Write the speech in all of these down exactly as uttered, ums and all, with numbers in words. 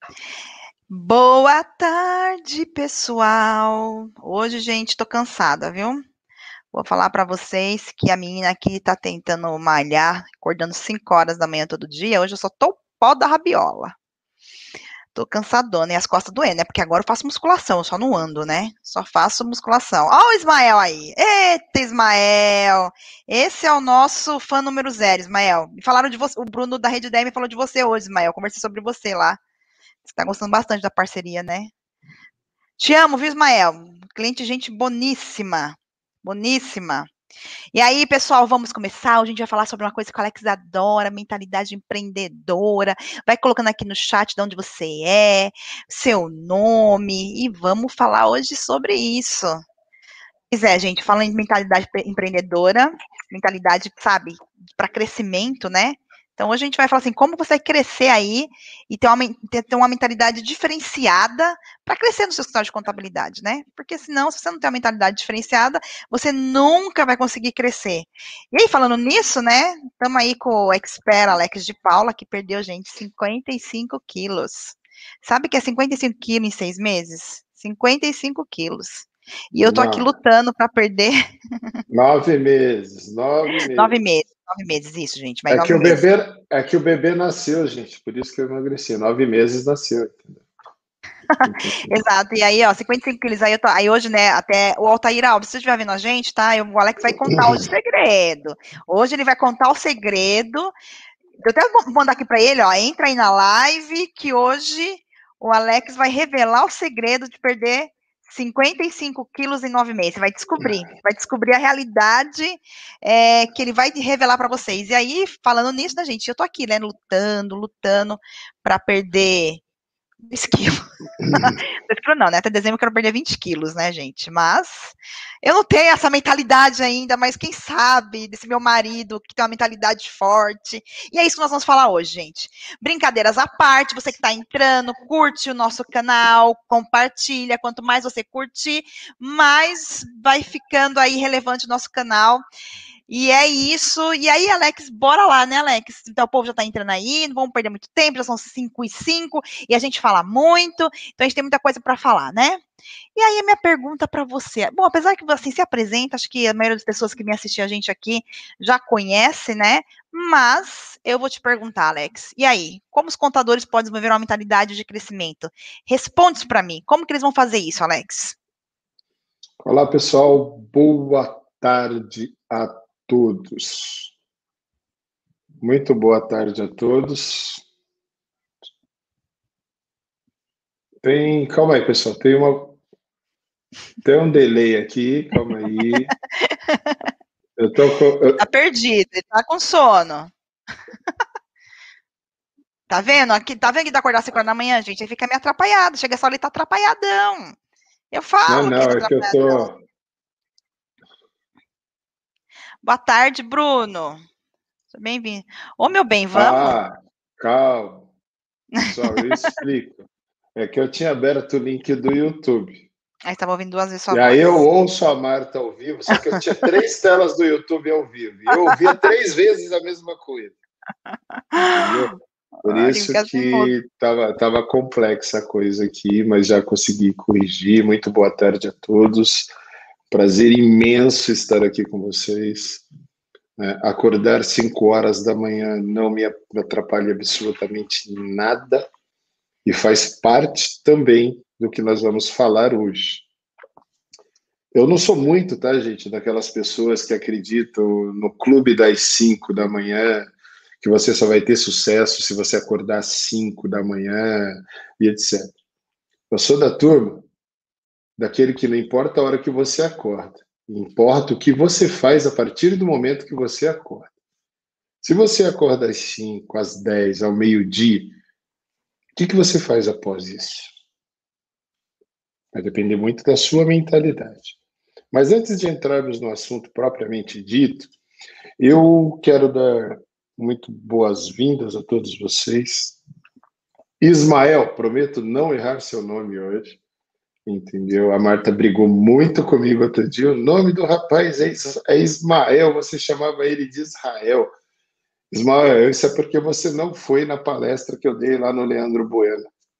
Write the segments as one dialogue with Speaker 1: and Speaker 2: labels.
Speaker 1: Boa tarde, pessoal. Hoje, gente, tô cansada, viu? Vou falar pra vocês que a menina aqui tá tentando malhar, acordando cinco horas da manhã todo dia. Hoje eu só tô o pó da rabiola. Tô cansadona e as costas doendo, né? Porque agora eu faço musculação, eu só não ando, né? Só faço musculação. Ó o Ismael aí. Eita, Ismael. Esse é o nosso fã número zero, Ismael. Me falaram de você, o Bruno da Rede D M falou de você hoje, Ismael. Conversei sobre você lá. Você tá gostando bastante da parceria, né? Te amo, viu, Ismael? Cliente, gente boníssima. Boníssima. E aí, pessoal, vamos começar. Hoje a gente vai falar sobre uma coisa que o Alex adora, mentalidade empreendedora. Vai colocando aqui no chat de onde você é, seu nome, e vamos falar hoje sobre isso. Pois é, gente, falando em mentalidade empreendedora, mentalidade, sabe, para crescimento, né? Então, hoje a gente vai falar assim, como você vai crescer aí e ter uma, ter uma mentalidade diferenciada para crescer no seu escritório de contabilidade, né? Porque senão, se você não tem uma mentalidade diferenciada, você nunca vai conseguir crescer. E aí, falando nisso, né, estamos aí com o expert Alex de Paula, que perdeu, gente, cinquenta e cinco quilos. Sabe o que é cinquenta e cinco quilos em seis meses? cinquenta e cinco quilos. E eu tô aqui
Speaker 2: Não,
Speaker 1: lutando para perder
Speaker 2: nove meses, nove
Speaker 1: nove
Speaker 2: meses.
Speaker 1: meses. Nove meses, isso, gente, mais
Speaker 2: É que
Speaker 1: nove
Speaker 2: o
Speaker 1: meses.
Speaker 2: bebê, é que o bebê nasceu, gente, por isso que eu emagreci. Nove meses nasceu.
Speaker 1: Exato, e aí, ó, cinquenta e cinco quilos, aí, eu tô, aí hoje, né, até o Altair Alves, se você estiver vendo a gente, tá, eu, o Alex vai contar hoje o segredo, hoje ele vai contar o segredo, eu até vou mandar aqui pra ele, ó, entra aí na live, que hoje o Alex vai revelar o segredo de perder cinquenta e cinco quilos em nove meses, você vai descobrir, vai descobrir a realidade é, que ele vai revelar para vocês, e aí, falando nisso, né, gente, eu tô aqui, né, lutando, lutando para perder dois quilos. dois quilos não, né? Até dezembro eu quero perder vinte quilos, né, gente? Mas eu não tenho essa mentalidade ainda, mas quem sabe desse meu marido que tem uma mentalidade forte. E é isso que nós vamos falar hoje, gente. Brincadeiras à parte, você que está entrando, curte o nosso canal, compartilha. Quanto mais você curtir, mais vai ficando aí relevante o nosso canal. E é isso. E aí, Alex, bora lá, né, Alex? Então, o povo já tá entrando aí, não vamos perder muito tempo, já são cinco e cinco, e a gente fala muito, então a gente tem muita coisa para falar, né? E aí, a minha pergunta para você. Bom, apesar que você assim, se apresenta, acho que a maioria das pessoas que me assistem a gente aqui já conhece, né? Mas eu vou te perguntar, Alex. E aí, como os contadores podem desenvolver uma mentalidade de crescimento? Responde isso para mim. Como que eles vão fazer isso, Alex?
Speaker 2: Olá, pessoal. Boa tarde a todos. Muito boa tarde a todos. Tem, calma aí, pessoal. Tem uma, tem um delay aqui. Calma aí. Eu tô com,
Speaker 1: Ele tá
Speaker 2: eu-
Speaker 1: perdido, ele tá com sono. Tá vendo? Aqui, tá vendo que dá acordar às cinco horas da manhã, gente? Aí fica meio atrapalhado. Chega só ele tá atrapalhadão. Eu
Speaker 2: não,
Speaker 1: falo que ele
Speaker 2: não,
Speaker 1: é
Speaker 2: é que eu
Speaker 1: atrapalhadão.
Speaker 2: tô.
Speaker 1: Boa tarde, Bruno. Bem-vindo. Ô, meu bem, vamos?
Speaker 2: Ah, calma, pessoal. Eu explico. É que eu tinha aberto o link do YouTube.
Speaker 1: Aí estava ouvindo duas vezes sua
Speaker 2: E aí eu
Speaker 1: voz.
Speaker 2: ouço a Marta ao vivo, só que eu tinha três telas do YouTube ao vivo. E eu ouvia três vezes a mesma coisa. Entendeu? Por
Speaker 1: Olha,
Speaker 2: isso
Speaker 1: fica assim, mudo.
Speaker 2: que tava, tava complexa a coisa aqui, mas já consegui corrigir. Muito boa tarde a todos. Prazer imenso estar aqui com vocês. É, acordar cinco horas da manhã não me atrapalha absolutamente nada e faz parte também do que nós vamos falar hoje. Eu não sou muito, tá, gente, daquelas pessoas que acreditam no clube das cinco da manhã, que você só vai ter sucesso se você acordar às cinco da manhã e etcétera. Eu sou da turma daquele que não importa a hora que você acorda, importa o que você faz a partir do momento que você acorda. Se você acorda às cinco, às dez, ao meio-dia, o que, que você faz após isso? Vai depender muito da sua mentalidade. Mas antes de entrarmos no assunto propriamente dito, eu quero dar muito boas-vindas a todos vocês. Ismael, prometo não errar seu nome hoje, entendeu? A Marta brigou muito comigo outro dia. O nome do rapaz é, é Ismael, você chamava ele de Israel. Ismael, isso é porque você não foi na palestra que eu dei lá no Leandro Bueno.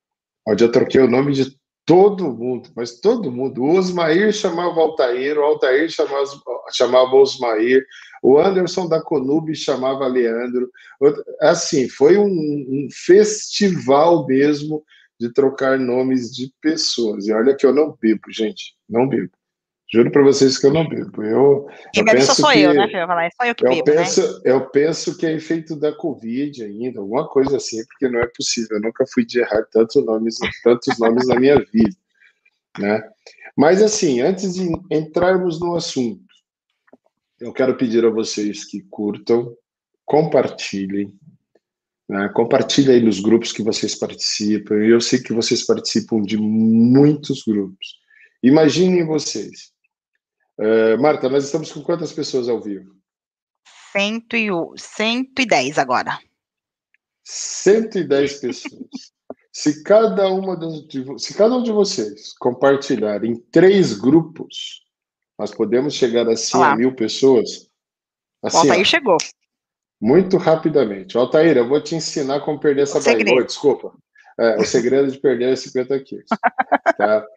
Speaker 2: onde eu troquei o nome de todo mundo, mas todo mundo. O Osmair chamava Altair, o Altair chamava, chamava Osmair, o Anderson da Conub chamava Leandro. Assim, foi um, um festival mesmo de trocar nomes de pessoas. E olha que eu não bebo, gente, não bebo. Juro para vocês que eu não bebo. Eu,
Speaker 1: Quem
Speaker 2: eu
Speaker 1: bebe só
Speaker 2: penso
Speaker 1: sou
Speaker 2: que
Speaker 1: eu, né? Que eu ia falar, é só eu que
Speaker 2: eu
Speaker 1: bebo, né?
Speaker 2: penso, eu penso que é efeito da Covid ainda, alguma coisa assim, porque não é possível. Eu nunca fui de errar tantos nomes, tantos nomes na minha vida, né? Mas assim, antes de entrarmos no assunto, eu quero pedir a vocês que curtam, compartilhem, né? Compartilhem aí nos grupos que vocês participam. Eu sei que vocês participam de muitos grupos. Imaginem vocês. Uh, Marta, nós estamos com quantas pessoas ao vivo?
Speaker 1: Cento e, cento e dez agora.
Speaker 2: cento e dez pessoas. Se cada, uma das, se cada um de vocês compartilhar em três grupos, nós podemos chegar assim a
Speaker 1: Olha lá,
Speaker 2: mil pessoas.
Speaker 1: o
Speaker 2: Assim,
Speaker 1: Altair
Speaker 2: ó,
Speaker 1: chegou.
Speaker 2: muito rapidamente. Altair, eu vou te ensinar como perder
Speaker 1: O
Speaker 2: essa barriga.
Speaker 1: segredo.
Speaker 2: Oh, desculpa. É, o segredo de perder é cinquenta quilos. Tá?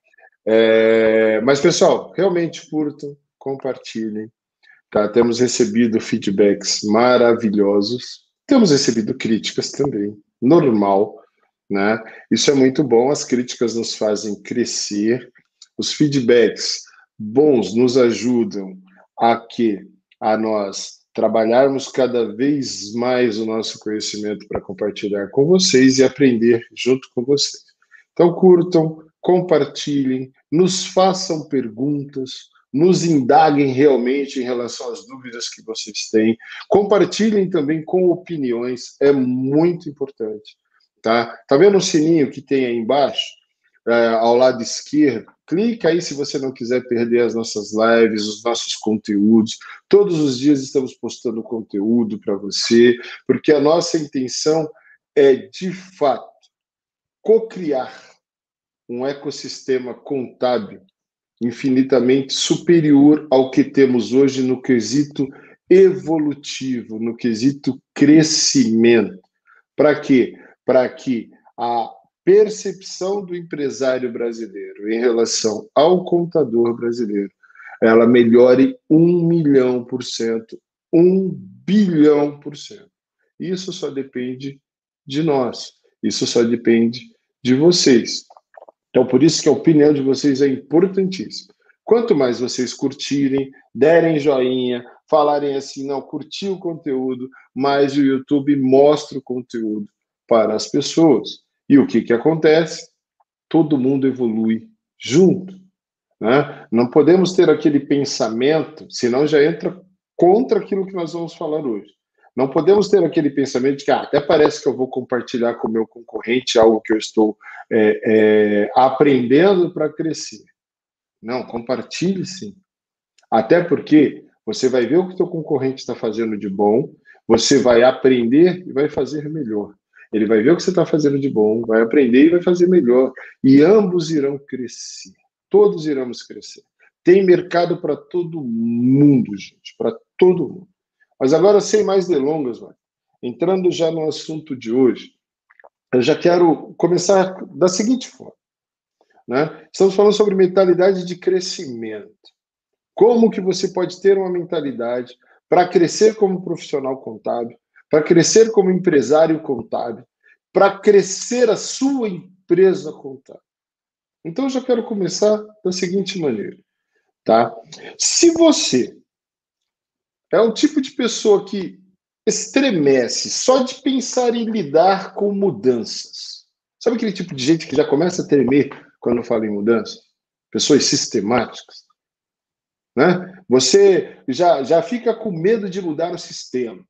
Speaker 2: É, mas, pessoal, realmente curtam, compartilhem. Tá? Temos recebido feedbacks maravilhosos. Temos recebido críticas também. Normal. Né? Isso é muito bom, as críticas nos fazem crescer, os feedbacks bons nos ajudam a que a nós trabalharmos cada vez mais o nosso conhecimento para compartilhar com vocês e aprender junto com vocês. Então curtam, compartilhem, nos façam perguntas, nos indaguem realmente em relação às dúvidas que vocês têm, compartilhem também com opiniões, é muito importante. Tá? Tá vendo o sininho que tem aí embaixo, é, ao lado esquerdo? Clica aí se você não quiser perder as nossas lives, os nossos conteúdos. Todos os dias estamos postando conteúdo para você, porque a nossa intenção é, de fato, co-criar um ecossistema contábil infinitamente superior ao que temos hoje no quesito evolutivo, no quesito crescimento. Para quê? Para que a percepção do empresário brasileiro em relação ao contador brasileiro, ela melhore um milhão por cento, um bilhão por cento. Isso só depende de nós, isso só depende de vocês. Então, por isso que a opinião de vocês é importantíssima. Quanto mais vocês curtirem, derem joinha, falarem assim, não, curti o conteúdo, mais o YouTube mostra o conteúdo para as pessoas. E o que, que acontece? Todo mundo evolui junto. Né? Não podemos ter aquele pensamento, senão já entra contra aquilo que nós vamos falar hoje. Não podemos ter aquele pensamento de que ah, até parece que eu vou compartilhar com o meu concorrente algo que eu estou é, é, aprendendo para crescer. Não, compartilhe sim. Até porque você vai ver o que o teu concorrente está fazendo de bom, você vai aprender e vai fazer melhor. Ele vai ver o que você está fazendo de bom, vai aprender e vai fazer melhor. E ambos irão crescer. Todos iremos crescer. Tem mercado para todo mundo, gente. Para todo mundo. Mas agora, sem mais delongas, mano, entrando já no assunto de hoje, eu já quero começar da seguinte forma. Né? Estamos falando sobre mentalidade de crescimento. Como que você pode ter uma mentalidade para crescer como profissional contábil, para crescer como empresário contábil, para crescer a sua empresa contábil. Então, eu já quero começar da seguinte maneira. Tá? Se você é o tipo de pessoa que estremece só de pensar em lidar com mudanças, sabe aquele tipo de gente que já começa a tremer quando fala em mudança? Pessoas sistemáticas. Né? Você já, já fica com medo de mudar o sistema.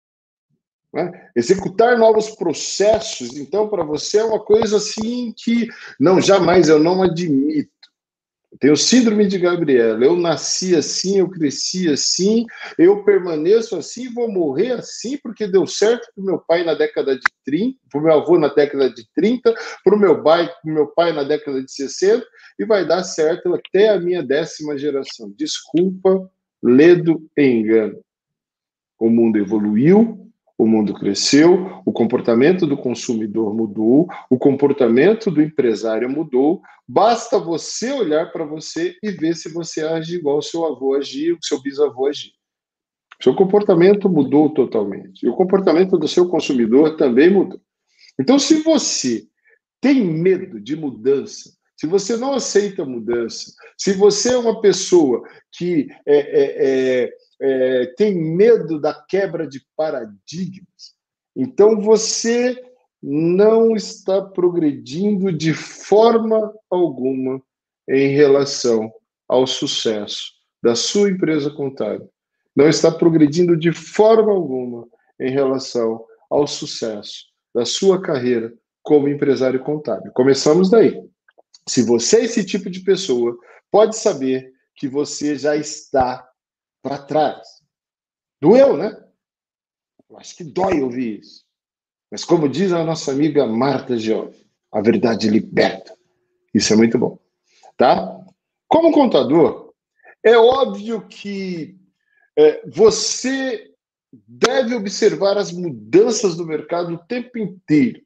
Speaker 2: Né? Executar novos processos, então, para você é uma coisa assim que, não, jamais, eu não admito. Tenho síndrome de Gabriela. Eu nasci assim, eu cresci assim, eu permaneço assim, vou morrer assim, porque deu certo para o meu pai na década de trinta, para o meu avô na década de trinta, para o meu pai, pro meu pai na década de sessenta, e vai dar certo até a minha décima geração. Desculpa, ledo e engano. O mundo evoluiu, O mundo cresceu, o comportamento do consumidor mudou, o comportamento do empresário mudou. Basta você olhar para você e ver se você age igual o seu avô agia, o seu bisavô agia. Seu comportamento mudou totalmente. E o comportamento do seu consumidor também mudou. Então, se você tem medo de mudança, se você não aceita mudança, se você é uma pessoa que é, é, é, é, tem medo da quebra de paradigmas, então você não está progredindo de forma alguma em relação ao sucesso da sua empresa contábil. Não está progredindo de forma alguma em relação ao sucesso da sua carreira como empresário contábil. Começamos daí. Se você é esse tipo de pessoa, pode saber que você já está para trás. Doeu, né? Eu acho que dói ouvir isso. Mas como diz a nossa amiga Marta Giove, a verdade liberta. Isso é muito bom, tá? Como contador, é óbvio que é, você deve observar as mudanças do mercado o tempo inteiro.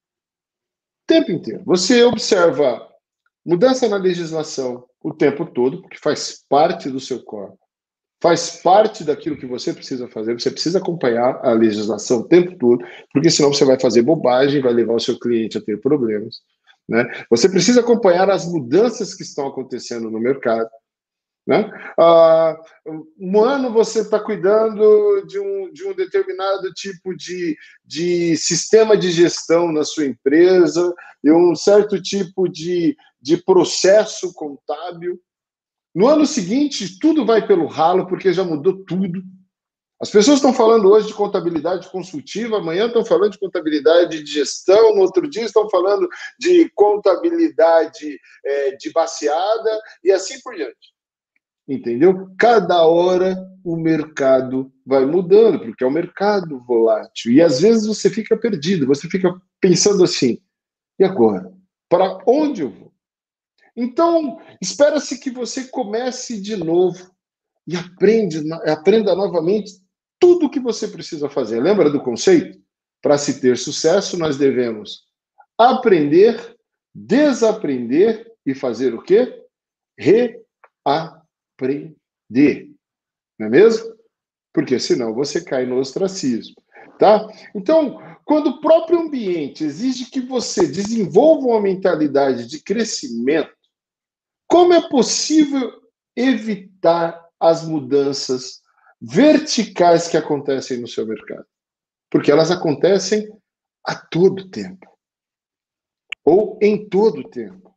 Speaker 2: O tempo inteiro. Você observa mudança na legislação o tempo todo, porque faz parte do seu corpo, faz parte daquilo que você precisa fazer, você precisa acompanhar a legislação o tempo todo, porque senão você vai fazer bobagem, vai levar o seu cliente a ter problemas, né? Você precisa acompanhar as mudanças que estão acontecendo no mercado, né? Ah, um ano você está cuidando de um, de um determinado tipo de, de sistema de gestão na sua empresa, e um certo tipo de, de processo contábil. No ano seguinte, tudo vai pelo ralo, porque já mudou tudo. As pessoas estão falando hoje de contabilidade consultiva, amanhã estão falando de contabilidade de gestão, no outro dia estão falando de contabilidade é, de baseada, e assim por diante. Entendeu? Cada hora o mercado vai mudando, porque é um mercado volátil. E às vezes você fica perdido, você fica pensando assim, e agora? Para onde eu vou? Então, espera-se que você comece de novo e aprende, aprenda novamente tudo o que você precisa fazer. Lembra do conceito? Para se ter sucesso, nós devemos aprender, desaprender e fazer o quê? Reaprender. Aprender, não é mesmo? Porque senão você cai no ostracismo, tá? Então, quando o próprio ambiente exige que você desenvolva uma mentalidade de crescimento, como é possível evitar as mudanças verticais que acontecem no seu mercado? Porque elas acontecem a todo tempo, ou em todo tempo.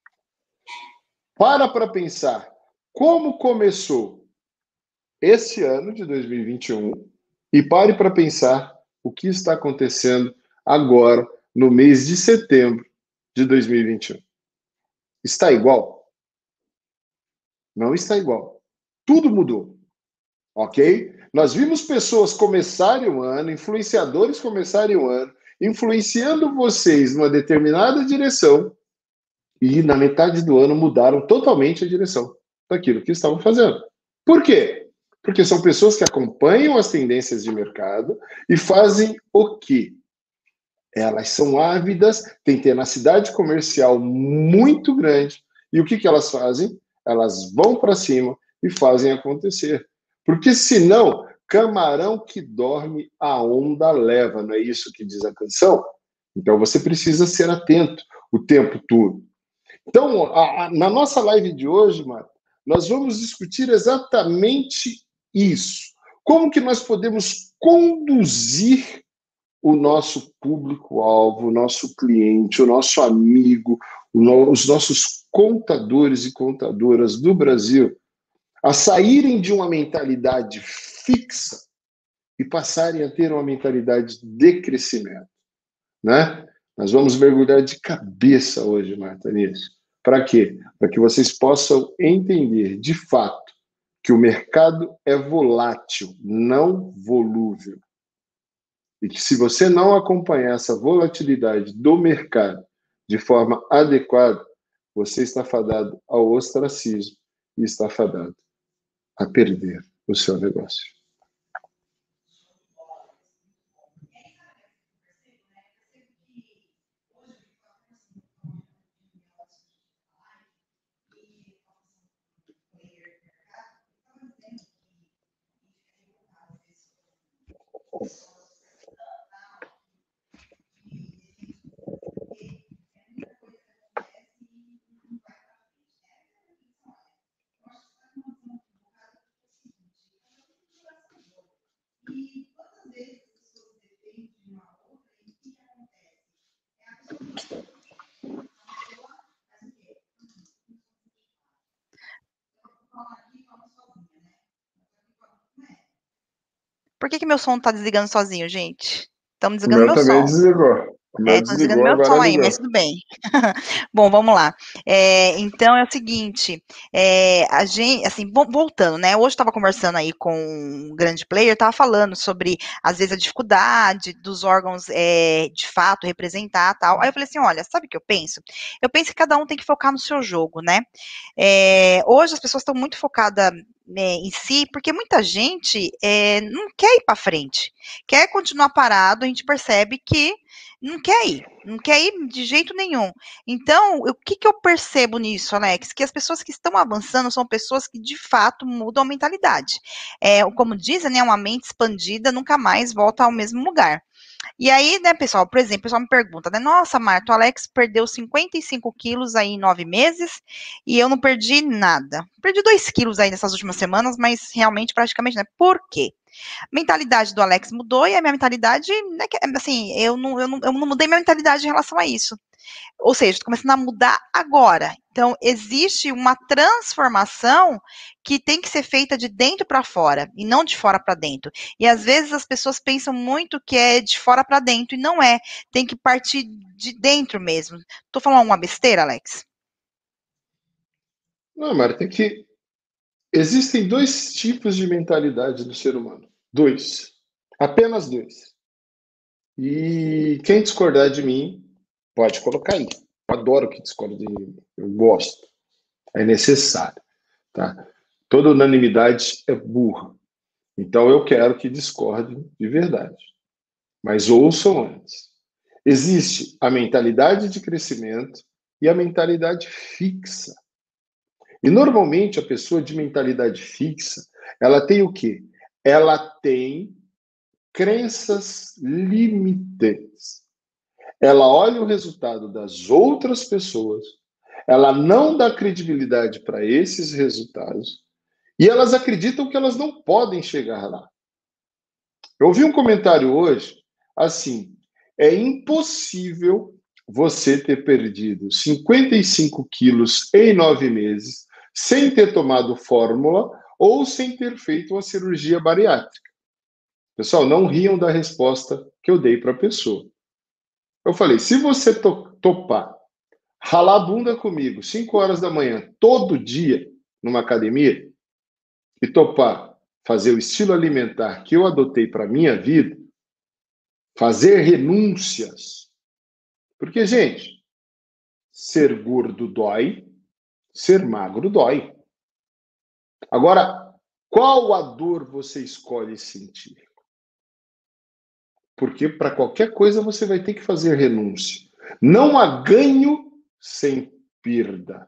Speaker 2: Para para pensar como começou esse ano de dois mil e vinte e um e pare para pensar o que está acontecendo agora no mês de setembro de dois mil e vinte e um. Está igual? Não está igual. Tudo mudou, ok? Nós vimos pessoas começarem o ano, influenciadores começarem o ano, influenciando vocês numa determinada direção e na metade do ano mudaram totalmente a direção daquilo que estavam fazendo. Por quê? Porque são pessoas que acompanham as tendências de mercado e fazem o quê? Elas são ávidas, têm tenacidade comercial muito grande. E o que, que elas fazem? Elas vão para cima e fazem acontecer. Porque senão, camarão que dorme, a onda leva. Não é isso que diz a canção? Então você precisa ser atento o tempo todo. Então, a, a, na nossa live de hoje, Marta, nós vamos discutir exatamente isso. Como que nós podemos conduzir o nosso público-alvo, o nosso cliente, o nosso amigo, o no, os nossos contadores e contadoras do Brasil a saírem de uma mentalidade fixa e passarem a ter uma mentalidade de crescimento, né? Nós vamos mergulhar de cabeça hoje, Marta, nisso. Para quê? Para que vocês possam entender, de fato, que o mercado é volátil, não volúvel. E que se você não acompanhar essa volatilidade do mercado de forma adequada, você está fadado ao ostracismo e está fadado a perder o seu negócio.
Speaker 1: Por que que meu som tá desligando sozinho, gente? Estamos
Speaker 2: O
Speaker 1: desligando
Speaker 2: meu
Speaker 1: meu
Speaker 2: também
Speaker 1: som.
Speaker 2: desligou. O
Speaker 1: É,
Speaker 2: meu
Speaker 1: estão desligando
Speaker 2: desligou,
Speaker 1: meu
Speaker 2: agora
Speaker 1: som aí,
Speaker 2: ligou.
Speaker 1: mas tudo bem. Bom, vamos lá. É, então é o seguinte, é, a gente, assim, voltando, né? Hoje eu estava conversando aí com um grande player, estava falando sobre, às vezes, a dificuldade dos órgãos é, de fato representar tal. Aí eu falei assim: olha, sabe o que eu penso? Eu penso que cada um tem que focar no seu jogo, né? É, hoje as pessoas estão muito focadas né, em si, porque muita gente é, não quer ir para frente, quer continuar parado, a gente percebe que não quer ir, não quer ir de jeito nenhum. Então, o que, que eu percebo nisso, Alex? Que as pessoas que estão avançando são pessoas que de fato mudam a mentalidade. É, como dizem, né, uma mente expandida nunca mais volta ao mesmo lugar. E aí, né, pessoal, por exemplo, o pessoal me pergunta, né, nossa, Marta, o Alex perdeu cinquenta e cinco quilos aí em nove meses e eu não perdi nada. Perdi dois quilos aí nessas últimas semanas, mas realmente praticamente, né? Por quê? A mentalidade do Alex mudou e a minha mentalidade, né, assim, eu não, eu, não, eu não mudei minha mentalidade em relação a isso. Ou seja, estou começando a mudar agora. Então, existe uma transformação que tem que ser feita de dentro para fora e não de fora para dentro. E às vezes as pessoas pensam muito que é de fora para dentro e não é. Tem que partir de dentro mesmo. Estou falando uma besteira, Alex?
Speaker 2: Não, Mara, tem que. Existem dois tipos de mentalidade do ser humano. Dois. Apenas dois. E quem discordar de mim, pode colocar aí. Eu adoro que discorde de mim. Eu gosto. É necessário. Tá? Toda unanimidade é burra. Então eu quero que discordem de verdade. Mas ouçam antes. Existe a mentalidade de crescimento e a mentalidade fixa. E normalmente a pessoa de mentalidade fixa, ela tem o quê? Ela tem crenças limitantes. Ela olha o resultado das outras pessoas, ela não dá credibilidade para esses resultados e elas acreditam que elas não podem chegar lá. Eu ouvi um comentário hoje assim: é impossível você ter perdido cinquenta e cinco quilos em nove meses sem ter tomado fórmula ou sem ter feito uma cirurgia bariátrica. Pessoal, não riam da resposta que eu dei para a pessoa. Eu falei: se você to topar ralar a bunda comigo cinco horas da manhã, todo dia, numa academia, e topar fazer o estilo alimentar que eu adotei para minha vida, fazer renúncias. Porque, gente, ser gordo dói, ser magro dói. Agora, qual a dor você escolhe sentir? Porque para qualquer coisa você vai ter que fazer renúncia. Não há ganho sem perda.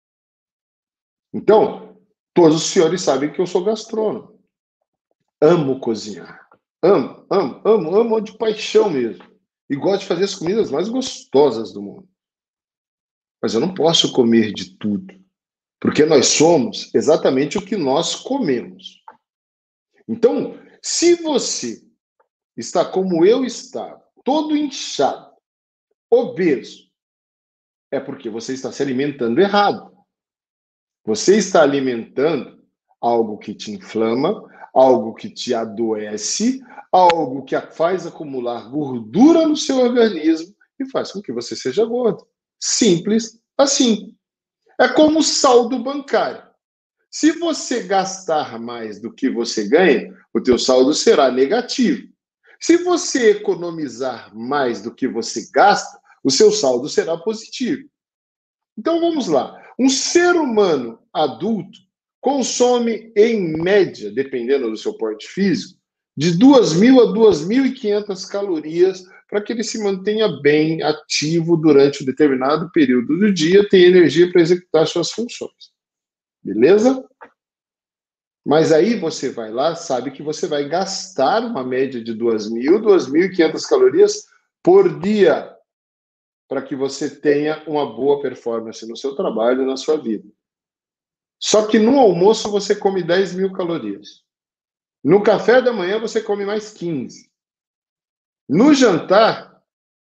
Speaker 2: Então, todos os senhores sabem que eu sou gastrônomo. Amo cozinhar. Amo, amo, amo, amo de paixão mesmo. E gosto de fazer as comidas mais gostosas do mundo. Mas eu não posso comer de tudo. Porque nós somos exatamente o que nós comemos. Então, se você está como eu estava, todo inchado, obeso, é porque você está se alimentando errado. Você está alimentando algo que te inflama, algo que te adoece, algo que faz acumular gordura no seu organismo e faz com que você seja gordo. Simples assim. É como saldo bancário. Se você gastar mais do que você ganha, o teu saldo será negativo. Se você economizar mais do que você gasta, o seu saldo será positivo. Então vamos lá. Um ser humano adulto consome, em média, dependendo do seu porte físico, de duas mil a duas mil e quinhentas calorias para que ele se mantenha bem ativo durante um determinado período do dia, tenha energia para executar suas funções. Beleza? Mas aí você vai lá, sabe que você vai gastar uma média de duas mil, duas mil e quinhentas calorias por dia para que você tenha uma boa performance no seu trabalho e na sua vida. Só que no almoço você come dez mil calorias. No café da manhã você come mais quinze. No jantar,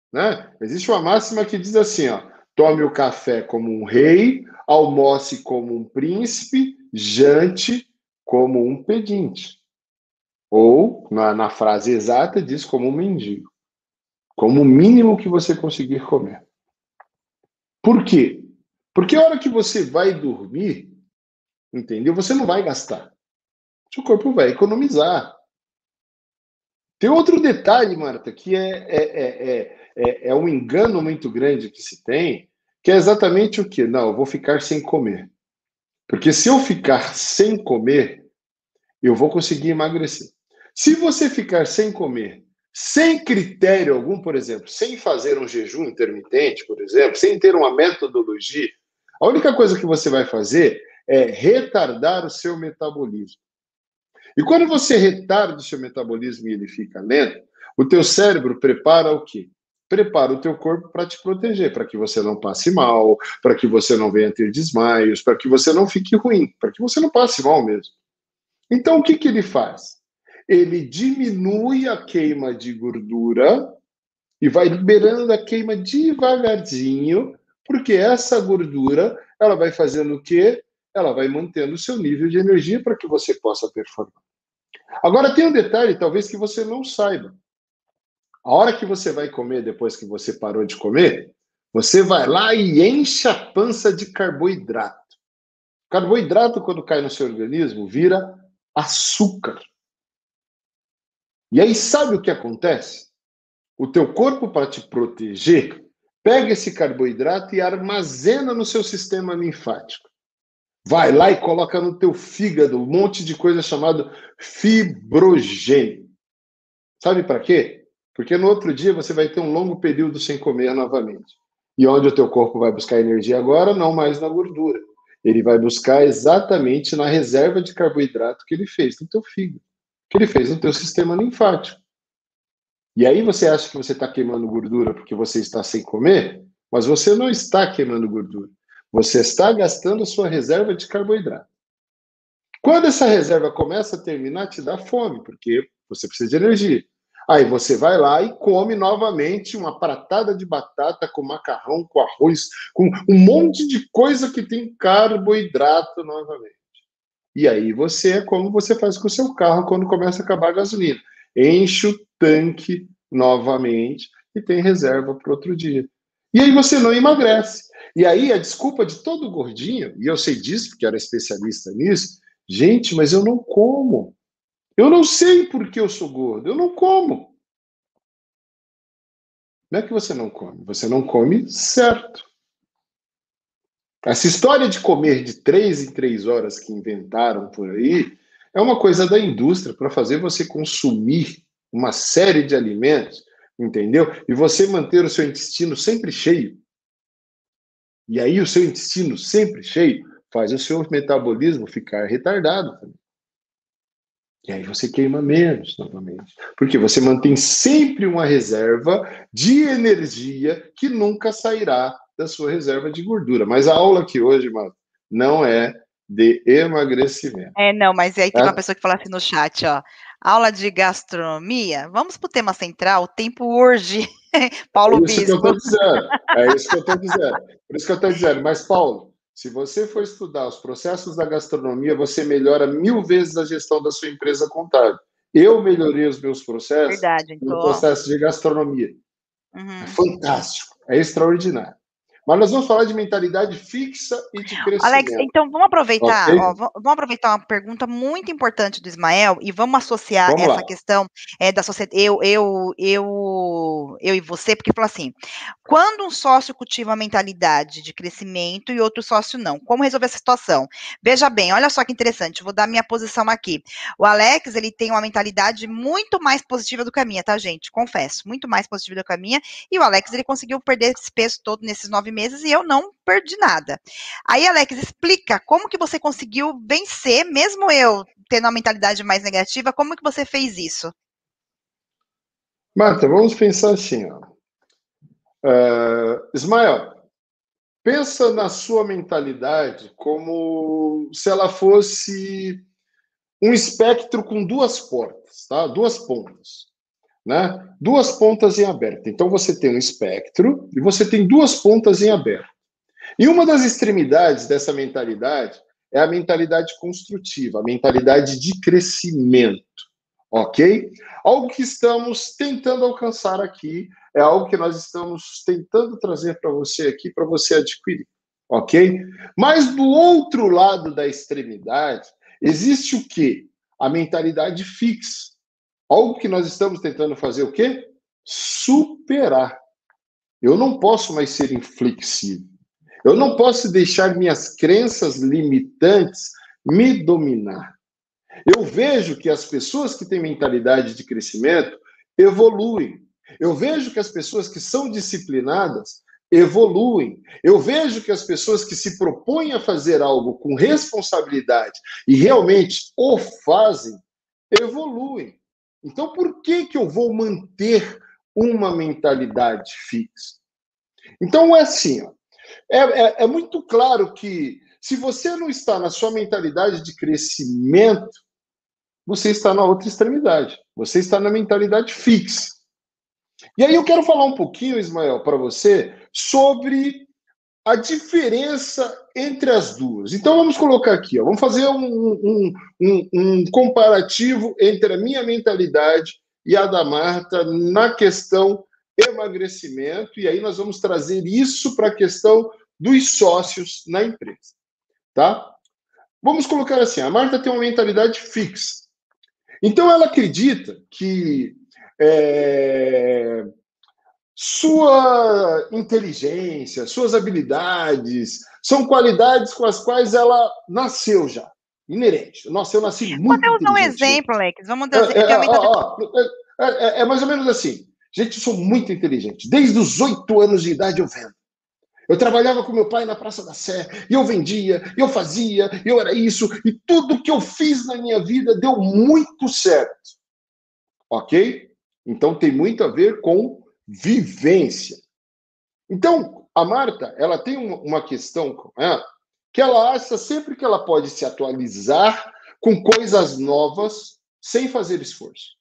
Speaker 2: né? Existe uma máxima que diz assim, ó, tome o café como um rei, almoce como um príncipe, jante como um pedinte. Ou, na, na frase exata, diz como um mendigo. Como o mínimo que você conseguir comer. Por quê? Porque a hora que você vai dormir, entendeu? Você não vai gastar. Seu corpo vai economizar. Tem outro detalhe, Marta, que é, é, é, é, é um engano muito grande que se tem, que é exatamente o quê? Não, eu vou ficar sem comer. Porque se eu ficar sem comer, eu vou conseguir emagrecer. Se você ficar sem comer, sem critério algum, por exemplo, sem fazer um jejum intermitente, por exemplo, sem ter uma metodologia, a única coisa que você vai fazer é retardar o seu metabolismo. E quando você retarda o seu metabolismo e ele fica lento, o teu cérebro prepara o quê? Prepara o teu corpo para te proteger, para que você não passe mal, para que você não venha ter desmaios, para que você não fique ruim, para que você não passe mal mesmo. Então, o que, que ele faz? Ele diminui a queima de gordura e vai liberando a queima devagarzinho, porque essa gordura, ela vai fazendo o quê? Ela vai mantendo o seu nível de energia para que você possa performar. Agora, tem um detalhe, talvez, que você não saiba. A hora que você vai comer, depois que você parou de comer, você vai lá e enche a pança de carboidrato. Carboidrato, quando cai no seu organismo, vira açúcar. E aí, sabe o que acontece? O teu corpo, para te proteger, pega esse carboidrato e armazena no seu sistema linfático. Vai lá e coloca no teu fígado um monte de coisa chamada fibrogênio. Sabe para quê? Porque no outro dia você vai ter um longo período sem comer novamente. E onde o teu corpo vai buscar energia agora? Não mais na gordura. Ele vai buscar exatamente na reserva de carboidrato que ele fez no teu fígado, que ele fez no teu sistema linfático. E aí você acha que você está queimando gordura porque você está sem comer, mas você não está queimando gordura. Você está gastando a sua reserva de carboidrato. Quando essa reserva começa a terminar, te dá fome, porque você precisa de energia. Aí você vai lá e come novamente uma pratada de batata com macarrão, com arroz, com um monte de coisa que tem carboidrato novamente. E aí você é como você faz com o seu carro quando começa a acabar a gasolina. Enche o tanque novamente e tem reserva para outro dia. E aí você não emagrece. E aí a desculpa de todo gordinho, e eu sei disso porque era especialista nisso, gente, mas eu não como. Eu não sei por que eu sou gordo, eu não como. Não é que você não come, você não come certo. Essa história de comer de três em três horas que inventaram por aí é uma coisa da indústria para fazer você consumir uma série de alimentos, entendeu? E você manter o seu intestino sempre cheio. E aí o seu intestino sempre cheio faz o seu metabolismo ficar retardado também. E aí você queima menos novamente. Porque você mantém sempre uma reserva de energia que nunca sairá da sua reserva de gordura. Mas a aula aqui hoje, mano, não é de emagrecimento.
Speaker 1: É, não, mas aí tem uma
Speaker 2: Tá?
Speaker 1: pessoa que fala assim no chat, ó. Aula de gastronomia, vamos para o tema central, o tempo urge. Paulo
Speaker 2: É isso que eu
Speaker 1: Bispo.
Speaker 2: estou dizendo. É isso que eu estou dizendo. Por isso que eu estou dizendo. Mas, Paulo, se você for estudar os processos da gastronomia, você melhora mil vezes a gestão da sua empresa contábil. Eu melhorei os meus processos
Speaker 1: Verdade,
Speaker 2: no
Speaker 1: então.
Speaker 2: processo de gastronomia.
Speaker 1: Uhum.
Speaker 2: É fantástico, é extraordinário. Mas nós vamos falar de mentalidade fixa e de
Speaker 1: Alex,
Speaker 2: crescimento.
Speaker 1: então vamos aproveitar,
Speaker 2: Ok?
Speaker 1: ó, vamos aproveitar uma pergunta muito importante do Ismael e vamos associar
Speaker 2: Vamos
Speaker 1: essa
Speaker 2: lá.
Speaker 1: questão é, da sociedade, eu, eu, eu, eu e você, porque falou assim, quando um sócio cultiva uma mentalidade de crescimento e outro sócio não, como resolver essa situação? Veja bem, olha só que interessante, vou dar minha posição aqui. O Alex, ele tem uma mentalidade muito mais positiva do que a minha, tá, gente? Confesso, muito mais positiva do que a minha, e o Alex, ele conseguiu perder esse peso todo nesses nove meses e eu não perdi nada. Aí, Alex, explica como que você conseguiu vencer, mesmo eu tendo uma mentalidade mais negativa, como que você fez isso?
Speaker 2: Marta, vamos pensar assim. Ó. Uh, Ismael, pensa na sua mentalidade como se ela fosse um espectro com duas portas, tá? Duas pontas. né? Duas pontas em aberto. Então, você tem um espectro e você tem duas pontas em aberto. E uma das extremidades dessa mentalidade é a mentalidade construtiva, a mentalidade de crescimento, ok? Algo que estamos tentando alcançar aqui, é algo que nós estamos tentando trazer para você aqui, para você adquirir, ok? Mas do outro lado da extremidade, existe o quê? A mentalidade fixa. Algo que nós estamos tentando fazer o quê? Superar. Eu não posso mais ser inflexível. Eu não posso deixar minhas crenças limitantes me dominar. Eu vejo que as pessoas que têm mentalidade de crescimento evoluem. Eu vejo que as pessoas que são disciplinadas evoluem. Eu vejo que as pessoas que se propõem a fazer algo com responsabilidade e realmente o fazem, evoluem. Então, por que que eu vou manter uma mentalidade fixa? Então, é assim, ó, é, é, é muito claro que se você não está na sua mentalidade de crescimento, você está na outra extremidade. Você está na mentalidade fixa. E aí eu quero falar um pouquinho, Ismael, para você, sobre a diferença entre as duas. Então vamos colocar aqui, ó, vamos fazer um, um, um, um comparativo entre a minha mentalidade e a da Marta na questão emagrecimento, e aí nós vamos trazer isso para a questão dos sócios na empresa, tá? Vamos colocar assim, a Marta tem uma mentalidade fixa. Então ela acredita que é, sua inteligência, suas habilidades, são qualidades com as quais ela nasceu já, inerente. Nossa, eu nasci muito
Speaker 1: Podemos dar um
Speaker 2: inteligente.
Speaker 1: exemplo, Alex. Vamos dar
Speaker 2: É, é,
Speaker 1: um exemplo.
Speaker 2: ó, ó, é, é, é mais ou menos assim. Gente, eu sou muito inteligente. Desde os oito anos de idade eu vendo. Eu trabalhava com meu pai na Praça da Sé, e eu vendia, eu fazia, eu era isso, e tudo que eu fiz na minha vida deu muito certo. Ok? Então tem muito a ver com vivência. Então, a Marta, ela tem uma questão com ela, que ela acha sempre que ela pode se atualizar com coisas novas sem fazer esforço.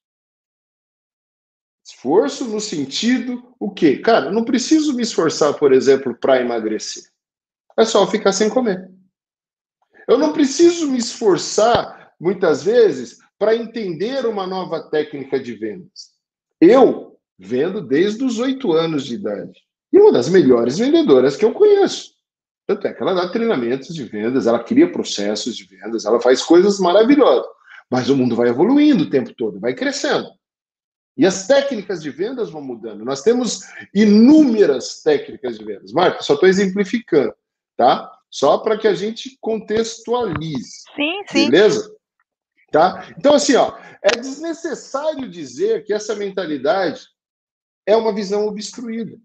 Speaker 2: Esforço no sentido, o quê? Cara, eu não preciso me esforçar, por exemplo, para emagrecer. É só eu ficar sem comer. Eu não preciso me esforçar, muitas vezes, para entender uma nova técnica de vendas. Eu vendo desde os oito anos de idade. E uma das melhores vendedoras que eu conheço. Tanto é que ela dá treinamentos de vendas, ela cria processos de vendas, ela faz coisas maravilhosas. Mas o mundo vai evoluindo o tempo todo, vai crescendo. E as técnicas de vendas vão mudando. Nós temos inúmeras técnicas de vendas. Marta, só estou exemplificando, tá? Só para que a gente contextualize.
Speaker 1: Sim, sim.
Speaker 2: Beleza? Tá? Então, assim, ó, é desnecessário dizer que essa mentalidade é uma visão obstruída,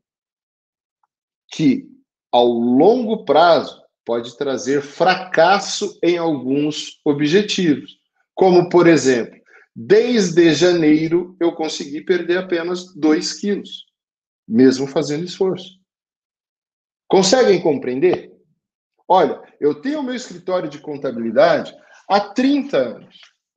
Speaker 2: que, ao longo prazo, pode trazer fracasso em alguns objetivos. Como, por exemplo, desde janeiro eu consegui perder apenas dois quilos, mesmo fazendo esforço. Conseguem compreender? Olha, eu tenho o meu escritório de contabilidade há trinta anos.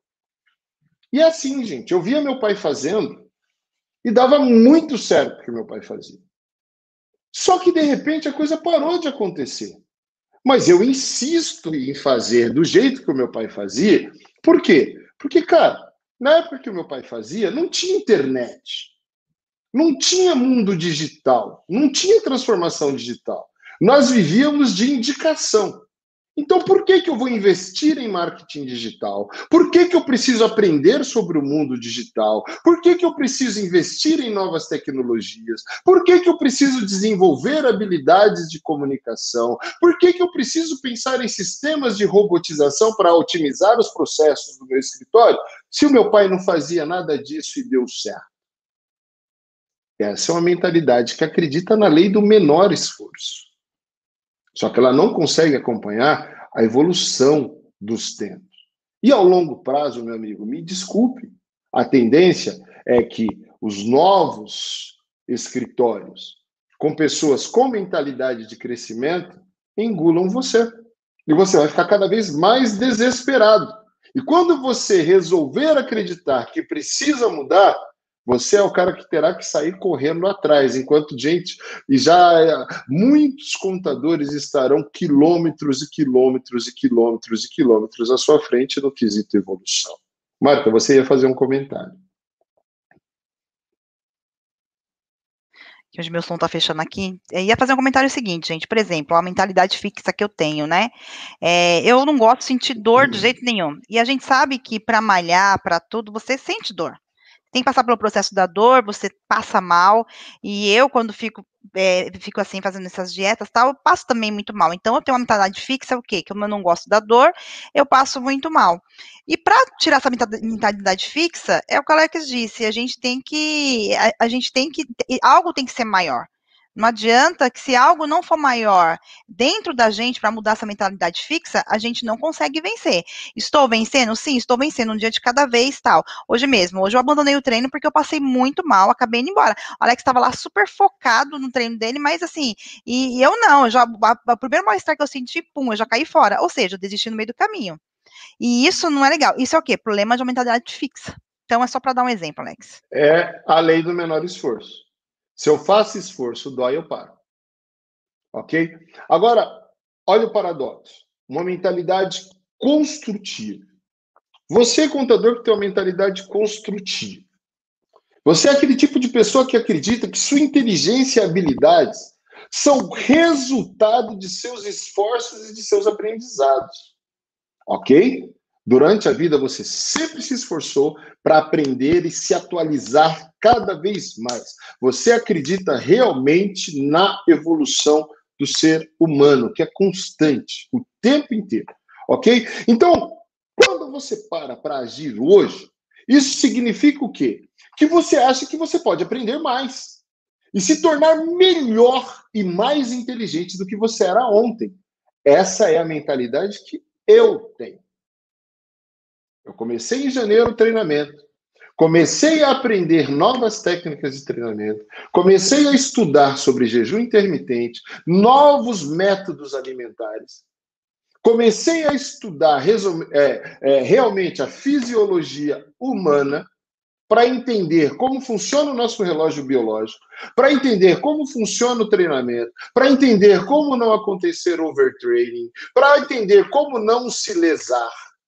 Speaker 2: E é assim, gente, eu via meu pai fazendo e dava muito certo o que meu pai fazia. Só que, de repente, a coisa parou de acontecer. Mas eu insisto em fazer do jeito que o meu pai fazia. Por quê? Porque, cara, na época que o meu pai fazia, não tinha internet. Não tinha mundo digital. Não tinha transformação digital. Nós vivíamos de indicação. Então, por que que eu vou investir em marketing digital? Por que que eu preciso aprender sobre o mundo digital? Por que que eu preciso investir em novas tecnologias? Por que que eu preciso desenvolver habilidades de comunicação? Por que que eu preciso pensar em sistemas de robotização para otimizar os processos do meu escritório, se o meu pai não fazia nada disso e deu certo? Essa é uma mentalidade que acredita na lei do menor esforço. Só que ela não consegue acompanhar a evolução dos tempos. E ao longo prazo, meu amigo, me desculpe, a tendência é que os novos escritórios, com pessoas com mentalidade de crescimento, engulam você. E você vai ficar cada vez mais desesperado. E quando você resolver acreditar que precisa mudar, Você é o cara que terá que sair correndo atrás, enquanto gente, e já muitos contadores estarão quilômetros e quilômetros e quilômetros e quilômetros à sua frente no quesito evolução. Marta, você ia fazer um comentário.
Speaker 1: Que hoje meu som tá fechando aqui. Eu ia fazer um comentário seguinte, gente. Por exemplo, a mentalidade fixa que eu tenho, né? É, eu não gosto de sentir dor de jeito nenhum. E a gente sabe que para malhar, para tudo, você sente dor. Tem que passar pelo processo da dor, você passa mal, e eu, quando fico, é, fico assim, fazendo essas dietas, tal, eu passo também muito mal. Então, eu tenho uma mentalidade fixa, o quê? Que como eu não gosto da dor, eu passo muito mal. E para tirar essa mentalidade fixa, é o que o Alex disse, a gente tem que, a, a gente tem que, algo tem que ser maior. Não adianta que se algo não for maior dentro da gente para mudar essa mentalidade fixa, a gente não consegue vencer. Estou vencendo? Sim, estou vencendo um dia de cada vez, tal. Hoje mesmo, hoje eu abandonei o treino porque eu passei muito mal, acabei indo embora. O Alex estava lá super focado no treino dele, mas assim, e, e eu não, eu já, o primeiro mal-estar que eu senti, pum, eu já caí fora. Ou seja, eu desisti no meio do caminho. E isso não é legal. Isso é o quê? Problema de mentalidade fixa. Então é só para dar um exemplo, Alex.
Speaker 2: É a lei do menor esforço. Se eu faço esforço, dói, eu paro. Ok? Agora, olha o paradoxo. Uma mentalidade construtiva. Você, contador, que tem uma mentalidade construtiva. Você é aquele tipo de pessoa que acredita que sua inteligência e habilidades são resultado de seus esforços e de seus aprendizados. Ok? Durante a vida, você sempre se esforçou para aprender e se atualizar cada vez mais. Você acredita realmente na evolução do ser humano, que é constante, o tempo inteiro. Ok? Então, quando você para para agir hoje, isso significa o quê? Que você acha que você pode aprender mais e se tornar melhor e mais inteligente do que você era ontem. Essa é a mentalidade que eu tenho. Eu comecei em janeiro o treinamento, comecei a aprender novas técnicas de treinamento, comecei a estudar sobre jejum intermitente, novos métodos alimentares, comecei a estudar é, é, realmente a fisiologia humana para entender como funciona o nosso relógio biológico, para entender como funciona o treinamento, para entender como não acontecer overtraining, para entender como não se lesar.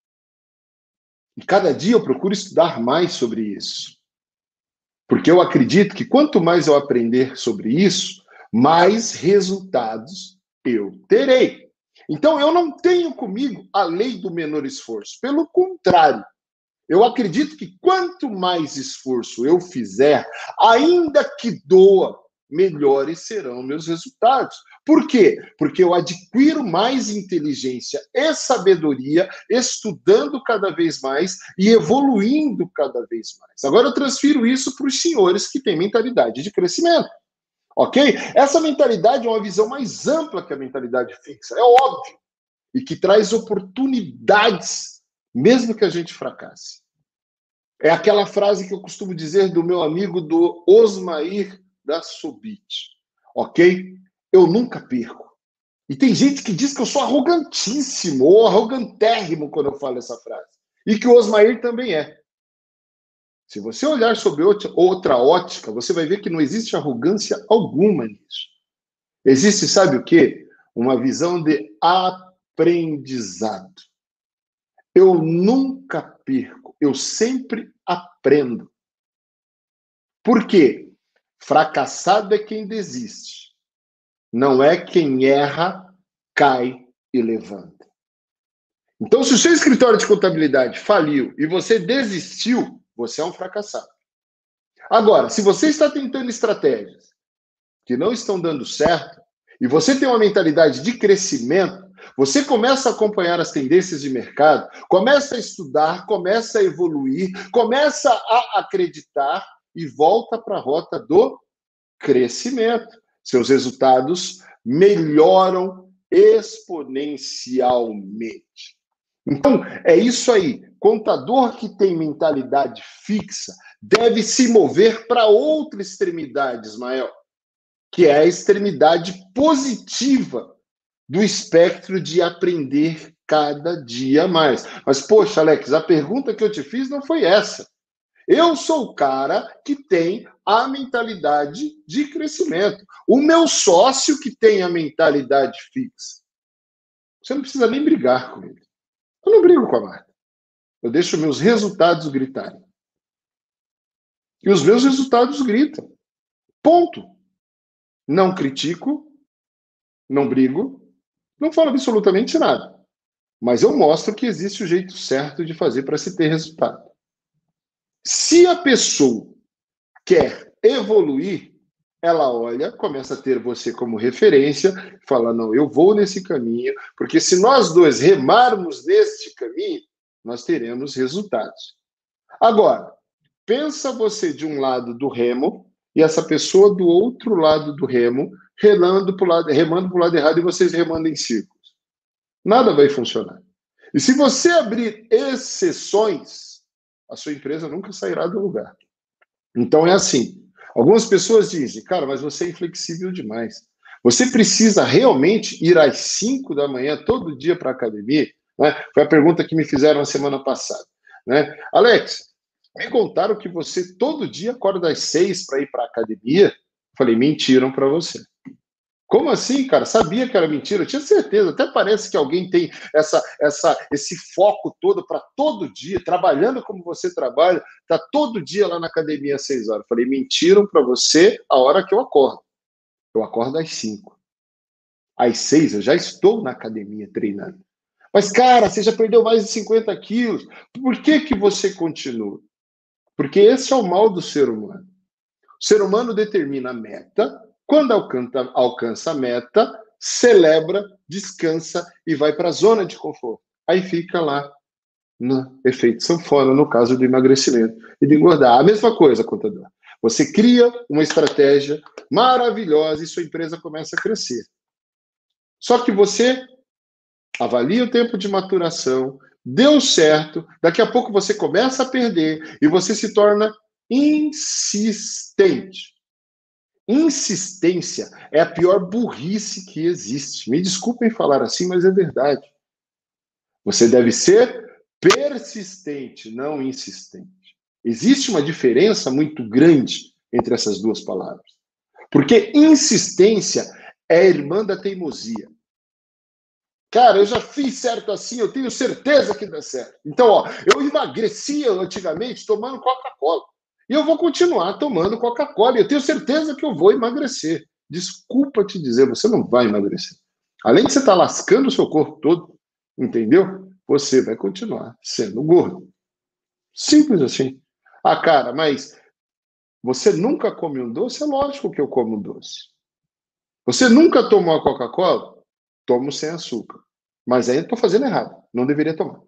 Speaker 2: E cada dia eu procuro estudar mais sobre isso. Porque eu acredito que quanto mais eu aprender sobre isso, mais resultados eu terei. Então eu não tenho comigo a lei do menor esforço. Pelo contrário, eu acredito que quanto mais esforço eu fizer, ainda que doa, melhores serão meus resultados. Por quê? Porque eu adquiro mais inteligência e sabedoria, estudando cada vez mais e evoluindo cada vez mais. Agora eu transfiro isso para os senhores que têm mentalidade de crescimento. Ok? Essa mentalidade é uma visão mais ampla que a mentalidade fixa, é óbvio, e que traz oportunidades, mesmo que a gente fracasse. É aquela frase que eu costumo dizer do meu amigo do Osmair da Sobit, ok? Eu nunca perco. E tem gente que diz que eu sou arrogantíssimo ou arrogantérrimo quando eu falo essa frase. E que o Osmair também é. Se você olhar sobre outra ótica, você vai ver que não existe arrogância alguma nisso. Existe, sabe o quê? Uma visão de aprendizado. Eu nunca perco, eu sempre aprendo. Por quê? Fracassado é quem desiste. Não é quem erra, cai e levanta. Então, se o seu escritório de contabilidade faliu e você desistiu, você é um fracassado. Agora, se você está tentando estratégias que não estão dando certo e você tem uma mentalidade de crescimento, você começa a acompanhar as tendências de mercado, começa a estudar, começa a evoluir, começa a acreditar e volta para a rota do crescimento. Seus resultados melhoram exponencialmente. Então, é isso aí. Contador que tem mentalidade fixa deve se mover para outra extremidade, Ismael, que é a extremidade positiva do espectro de aprender cada dia mais. Mas, poxa, Alex, a pergunta que eu te fiz não foi essa. Eu sou o cara que tem a mentalidade de crescimento. O meu sócio que tem a mentalidade fixa. Você não precisa nem brigar com ele. Eu não brigo com a Marta. Eu deixo meus resultados gritarem. E os meus resultados gritam. Ponto. Não critico, não brigo, não falo absolutamente nada. Mas eu mostro que existe o jeito certo de fazer para se ter resultado. Se a pessoa quer evoluir, ela olha, começa a ter você como referência, fala, não, eu vou nesse caminho, porque se nós dois remarmos neste caminho, nós teremos resultados. Agora, pensa você de um lado do remo e essa pessoa do outro lado do remo, remando para o lado, remando para o lado errado e vocês remando em círculos. Nada vai funcionar. E se você abrir exceções, a sua empresa nunca sairá do lugar. Então é assim. Algumas pessoas dizem, cara, mas você é inflexível demais. Você precisa realmente ir às cinco da manhã todo dia para a academia? Né? Foi a pergunta que me fizeram na semana passada. Né? Alex, me contaram que você todo dia acorda às seis para ir para a academia? Falei, mentiram para você. Como assim, cara? Sabia que era mentira, eu tinha certeza. Até parece que alguém tem essa, essa, esse foco todo para todo dia, trabalhando como você trabalha, tá todo dia lá na academia às seis horas. Falei, mentiram para você a hora que eu acordo. Eu acordo às cinco. Às seis eu já estou na academia treinando. Mas, cara, você já perdeu mais de cinquenta quilos. Por que que você continua? Porque esse é o mal do ser humano. O ser humano determina a meta. Quando alcança, alcança a meta, celebra, descansa e vai para a zona de conforto. Aí fica lá no efeito sanfona, no caso do emagrecimento e de engordar. A mesma coisa, contador. Você cria uma estratégia maravilhosa e sua empresa começa a crescer. Só que você avalia o tempo de maturação, deu certo, daqui a pouco você começa a perder e você se torna insistente. Insistência é a pior burrice que existe. Me desculpem falar assim, mas é verdade. Você deve ser persistente, não insistente. Existe uma diferença muito grande entre essas duas palavras. Porque insistência é irmã da teimosia. Cara, eu já fiz certo assim, eu tenho certeza que dá certo. Então, ó, eu emagrecia antigamente tomando Coca-Cola. E eu vou continuar tomando Coca-Cola. E eu tenho certeza que eu vou emagrecer. Desculpa te dizer, você não vai emagrecer. Além de você estar lascando o seu corpo todo, entendeu? Você vai continuar sendo gordo. Simples assim. Ah, cara, mas você nunca come um doce? É lógico que eu como doce. Você nunca tomou a Coca-Cola? Tomo sem açúcar. Mas ainda estou fazendo errado. Não deveria tomar.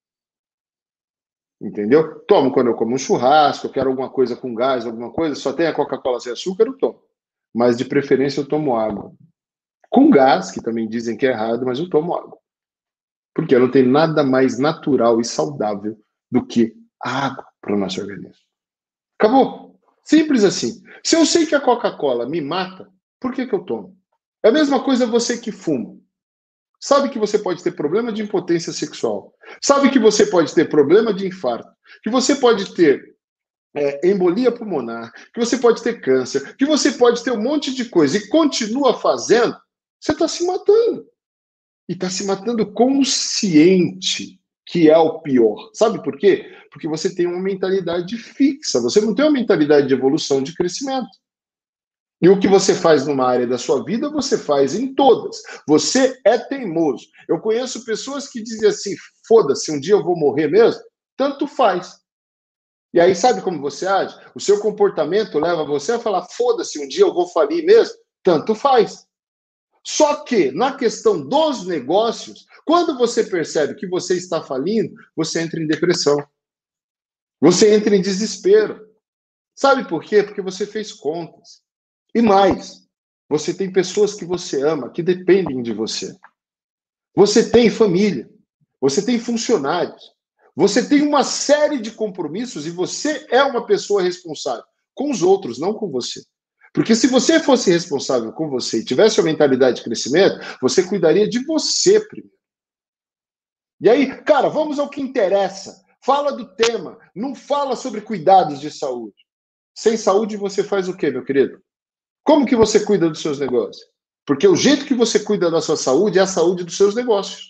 Speaker 2: Entendeu? Tomo quando eu como um churrasco, eu quero alguma coisa com gás, alguma coisa, só tem a Coca-Cola sem açúcar, eu tomo. Mas de preferência eu tomo água. Com gás, que também dizem que é errado, mas eu tomo água. Porque não tem nada mais natural e saudável do que água para o nosso organismo. Acabou. Simples assim. Se eu sei que a Coca-Cola me mata, por que que eu tomo? É a mesma coisa você que fuma. Sabe que você pode ter problema de impotência sexual. Sabe que você pode ter problema de infarto. Que você pode ter é, embolia pulmonar. Que você pode ter câncer. Que você pode ter um monte de coisa. E continua fazendo. Você está se matando. E está se matando consciente, que é o pior. Sabe por quê? Porque você tem uma mentalidade fixa. Você não tem uma mentalidade de evolução, de crescimento. E o que você faz numa área da sua vida, você faz em todas. Você é teimoso. Eu conheço pessoas que dizem assim, foda-se, um dia eu vou morrer mesmo? Tanto faz. E aí, sabe como você age? O seu comportamento leva você a falar, foda-se, um dia eu vou falir mesmo? Tanto faz. Só que, na questão dos negócios, quando você percebe que você está falindo, você entra em depressão. Você entra em desespero. Sabe por quê? Porque você fez contas. E mais, você tem pessoas que você ama, que dependem de você. Você tem família, você tem funcionários, você tem uma série de compromissos e você é uma pessoa responsável com os outros, não com você. Porque se você fosse responsável com você e tivesse uma mentalidade de crescimento, você cuidaria de você primeiro. E aí, cara, vamos ao que interessa. Fala do tema, não fala sobre cuidados de saúde. Sem saúde você faz o quê, meu querido? Como que você cuida dos seus negócios? Porque o jeito que você cuida da sua saúde é a saúde dos seus negócios.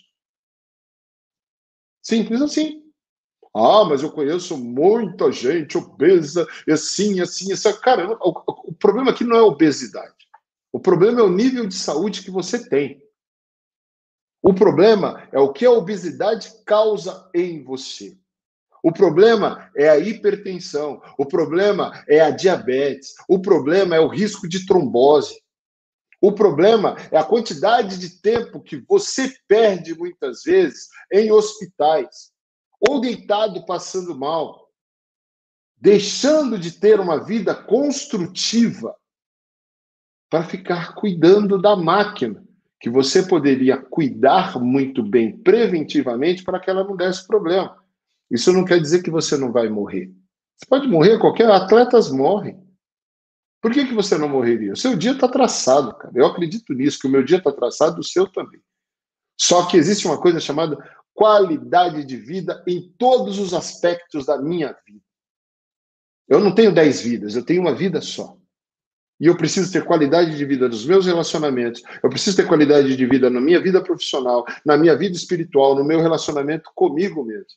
Speaker 2: Simples assim. Ah, mas eu conheço muita gente obesa, assim, assim, assim. Cara, o, o, o problema aqui não é a obesidade. O problema é o nível de saúde que você tem. O problema é o que a obesidade causa em você. O problema é a hipertensão. O problema é a diabetes. O problema é o risco de trombose. O problema é a quantidade de tempo que você perde muitas vezes em hospitais, ou deitado passando mal, deixando de ter uma vida construtiva para ficar cuidando da máquina, que você poderia cuidar muito bem preventivamente para que ela não desse problema. Isso não quer dizer que você não vai morrer. Você pode morrer, qualquer atletas morrem. Por que, que você não morreria? O seu dia está traçado, cara. Eu acredito nisso, que o meu dia está traçado, o seu também. Só que existe uma coisa chamada qualidade de vida em todos os aspectos da minha vida. Eu não tenho dez vidas, eu tenho uma vida só. E eu preciso ter qualidade de vida nos meus relacionamentos, eu preciso ter qualidade de vida na minha vida profissional, na minha vida espiritual, no meu relacionamento comigo mesmo.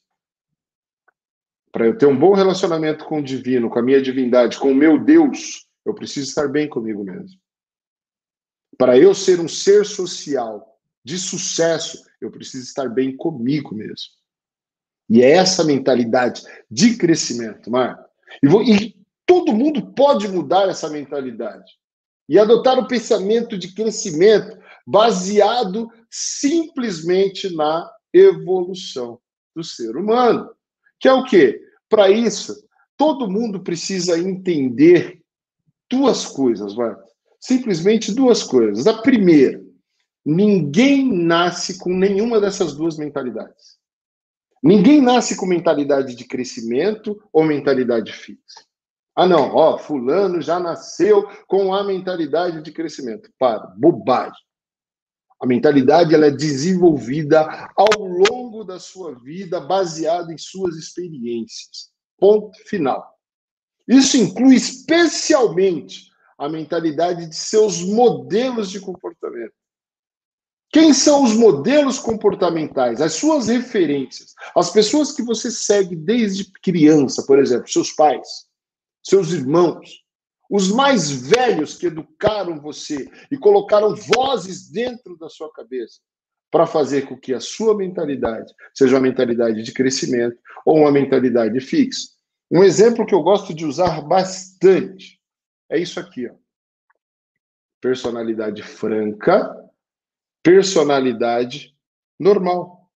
Speaker 2: Para eu ter um bom relacionamento com o divino, com a minha divindade, com o meu Deus, eu preciso estar bem comigo mesmo. Para eu ser um ser social de sucesso, eu preciso estar bem comigo mesmo. E é essa mentalidade de crescimento, Marco. E, vou, e todo mundo pode mudar essa mentalidade e adotar o pensamento de crescimento baseado simplesmente na evolução do ser humano. Que é o quê? Para isso, todo mundo precisa entender duas coisas, Marco. Simplesmente duas coisas. A primeira, ninguém nasce com nenhuma dessas duas mentalidades. Ninguém nasce com mentalidade de crescimento ou mentalidade fixa. Ah, não, ó, fulano já nasceu com a mentalidade de crescimento. Para, bobagem. A mentalidade ela é desenvolvida ao longo da sua vida, baseada em suas experiências. Ponto final. Isso inclui especialmente a mentalidade de seus modelos de comportamento. Quem são os modelos comportamentais, as suas referências, as pessoas que você segue desde criança, por exemplo, seus pais, seus irmãos, os mais velhos que educaram você e colocaram vozes dentro da sua cabeça para fazer com que a sua mentalidade seja uma mentalidade de crescimento ou uma mentalidade fixa. Um exemplo que eu gosto de usar bastante é isso aqui, ó. Personalidade franca, personalidade normal.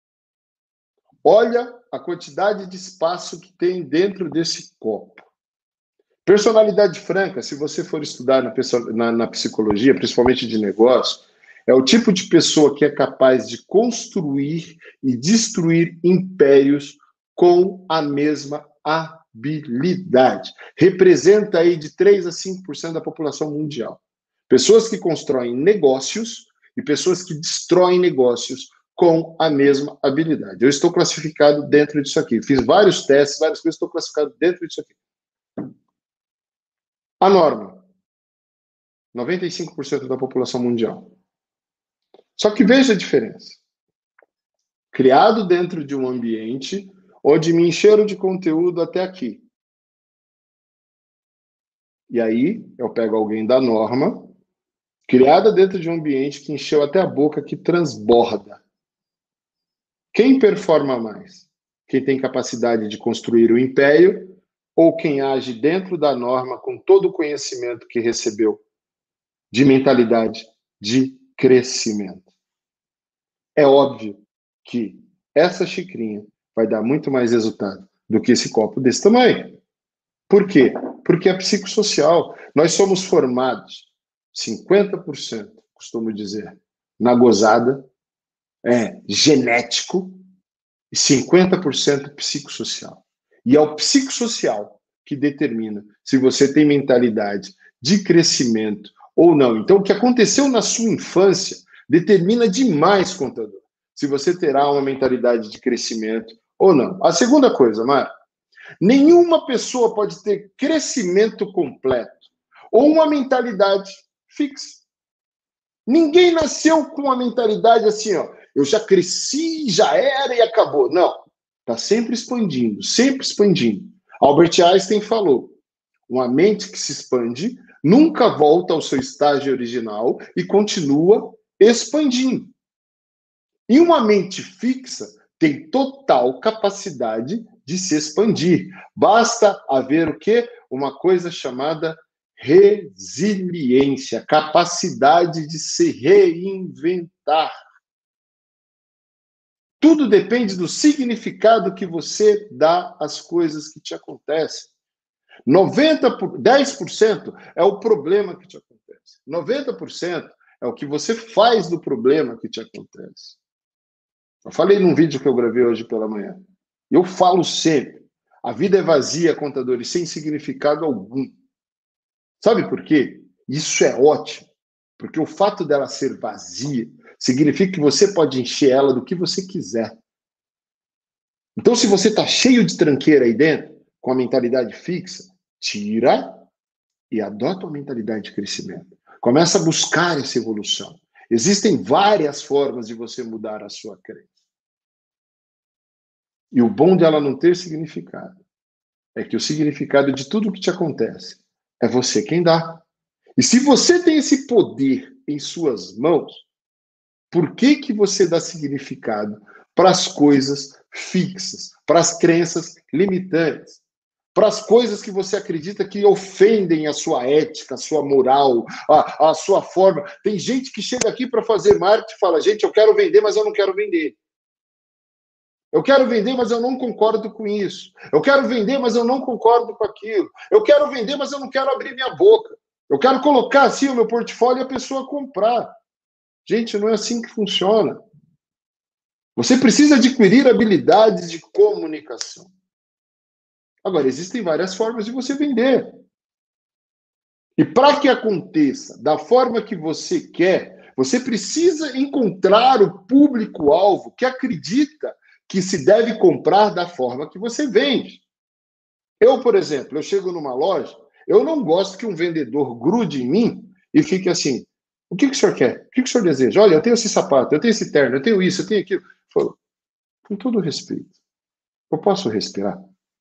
Speaker 2: Olha a quantidade de espaço que tem dentro desse copo. Personalidade franca, se você for estudar na, na, na psicologia, principalmente de negócio, é o tipo de pessoa que é capaz de construir e destruir impérios com a mesma habilidade. Representa aí de três a cinco por cento da população mundial. Pessoas que constroem negócios e pessoas que destroem negócios com a mesma habilidade. Eu estou classificado dentro disso aqui. Fiz vários testes, várias coisas, estou classificado dentro disso aqui. A norma, noventa e cinco por cento da população mundial. Só que veja a diferença. Criado dentro de um ambiente onde me encheram de conteúdo até aqui. E aí, eu pego alguém da norma, criada dentro de um ambiente que encheu até a boca, que transborda. Quem performa mais? Quem tem capacidade de construir o império ou quem age dentro da norma com todo o conhecimento que recebeu de mentalidade de crescimento? É óbvio que essa xicrinha vai dar muito mais resultado do que esse copo desse tamanho. Por quê? Porque é psicossocial. Nós somos formados cinquenta por cento, costumo dizer, na gozada, é genético, e cinquenta por cento psicossocial. E é o psicossocial que determina se você tem mentalidade de crescimento ou não. Então, o que aconteceu na sua infância determina demais, contador, se você terá uma mentalidade de crescimento ou não? A segunda coisa, Mara, nenhuma pessoa pode ter crescimento completo ou uma mentalidade fixa. Ninguém nasceu com uma mentalidade assim, ó, eu já cresci, já era e acabou. Não, está sempre expandindo, sempre expandindo. Albert Einstein falou, uma mente que se expande nunca volta ao seu estágio original e continua expandindo. E uma mente fixa tem total capacidade de se expandir. Basta haver o quê? Uma coisa chamada resiliência, capacidade de se reinventar. Tudo depende do significado que você dá às coisas que te acontecem. noventa por, dez por cento é o problema que te acontece. noventa por cento é o que você faz do problema que te acontece. Eu falei num vídeo que eu gravei hoje pela manhã. Eu falo sempre, a vida é vazia, contadores, sem significado algum. Sabe por quê? Isso é ótimo, porque o fato dela ser vazia significa que você pode encher ela do que você quiser. Então, se você está cheio de tranqueira aí dentro, com a mentalidade fixa, tira e adota uma mentalidade de crescimento. Começa a buscar essa evolução. Existem várias formas de você mudar a sua crença. E o bom dela não ter significado é que o significado de tudo que te acontece é você quem dá. E se você tem esse poder em suas mãos, por que que você dá significado para as coisas fixas, para as crenças limitantes, para as coisas que você acredita que ofendem a sua ética, a sua moral, a, a sua forma? Tem gente que chega aqui para fazer marketing e fala, gente, eu quero vender, mas eu não quero vender. Eu quero vender, mas eu não concordo com isso. Eu quero vender, mas eu não concordo com aquilo. Eu quero vender, mas eu não quero abrir minha boca. Eu quero colocar assim o meu portfólio e a pessoa comprar. Gente, não é assim que funciona. Você precisa adquirir habilidades de comunicação. Agora, existem várias formas de você vender. E para que aconteça da forma que você quer, você precisa encontrar o público-alvo que acredita que se deve comprar da forma que você vende. Eu, por exemplo, eu chego numa loja, eu não gosto que um vendedor grude em mim e fique assim, o que, que o senhor quer? O que, que o senhor deseja? Olha, eu tenho esse sapato, eu tenho esse terno, eu tenho isso, eu tenho aquilo. Falo, com todo respeito, eu posso respirar?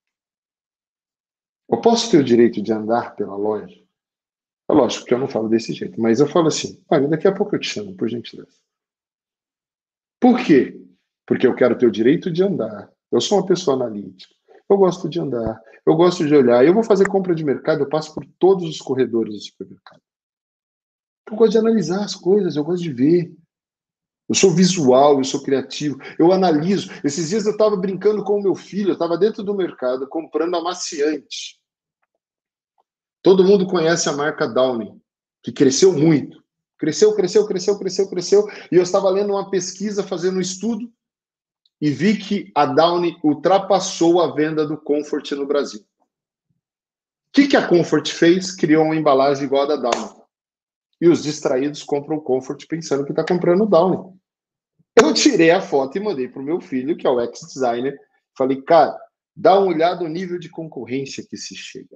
Speaker 2: Eu posso ter o direito de andar pela loja? É lógico que eu não falo desse jeito, mas eu falo assim, olha, daqui a pouco eu te chamo, por gentileza. Por quê? Porque eu quero ter o direito de andar. Eu sou uma pessoa analítica. Eu gosto de andar. Eu gosto de olhar. Eu vou fazer compra de mercado, eu passo por todos os corredores do supermercado. Eu gosto de analisar as coisas, eu gosto de ver. Eu sou visual, eu sou criativo. Eu analiso. Esses dias eu estava brincando com o meu filho, eu estava dentro do mercado comprando amaciante. Todo mundo conhece a marca Downy, que cresceu muito. Cresceu, cresceu, cresceu, cresceu, cresceu. E eu estava lendo uma pesquisa, fazendo um estudo, e vi que a Downy ultrapassou a venda do Comfort no Brasil. O que, que a Comfort fez? Criou uma embalagem igual a da Downy. E os distraídos compram o Comfort pensando que está comprando o Downy. Eu tirei a foto e mandei para o meu filho, que é o ex-designer. Falei, cara, dá uma olhada no nível de concorrência que se chega.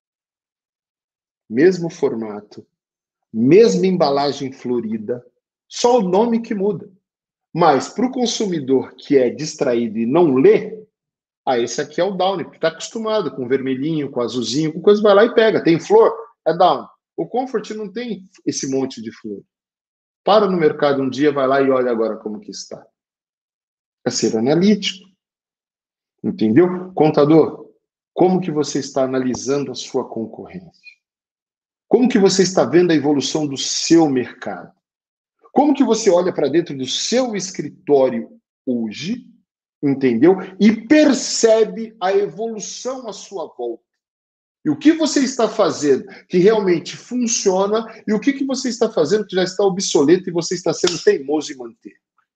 Speaker 2: Mesmo formato, mesma embalagem florida, só o nome que muda. Mas para o consumidor que é distraído e não lê, ah, esse aqui é o Downy, porque está acostumado com vermelhinho, com azulzinho, com coisa, vai lá e pega. Tem flor? É Downy. O Comfort não tem esse monte de flor. Para no mercado um dia, vai lá e olha agora como que está. É ser analítico. Entendeu? Contador, como que você está analisando a sua concorrência? Como que você está vendo a evolução do seu mercado? Como que você olha para dentro do seu escritório hoje, entendeu? E percebe a evolução à sua volta. E o que você está fazendo que realmente funciona e o que, que você está fazendo que já está obsoleto e você está sendo teimoso em manter.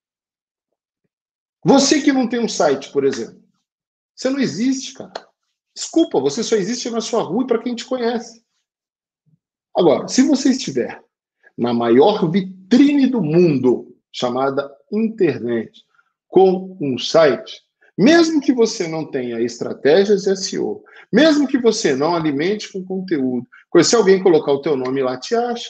Speaker 2: Você que não tem um site, por exemplo, você não existe, cara. Desculpa, você só existe na sua rua e para quem te conhece. Agora, se você estiver na maior vitrine do mundo, chamada internet, com um site, Mesmo que você não tenha estratégias S E O, mesmo que você não alimente com conteúdo, se alguém colocar o teu nome lá, te acha.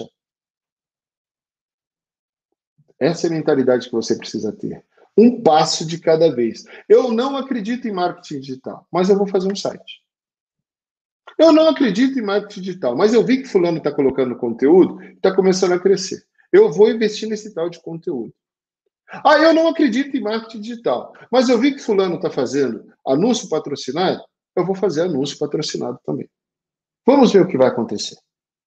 Speaker 2: Essa é a mentalidade que você precisa ter. Um passo de cada vez. Eu não acredito em marketing digital, mas eu vou fazer um site. Eu não acredito em marketing digital, mas eu vi que fulano está colocando conteúdo, está começando a crescer. Eu vou investir nesse tal de conteúdo. Ah, eu não acredito em marketing digital, mas eu vi que fulano está fazendo anúncio patrocinado, eu vou fazer anúncio patrocinado também. Vamos ver o que vai acontecer.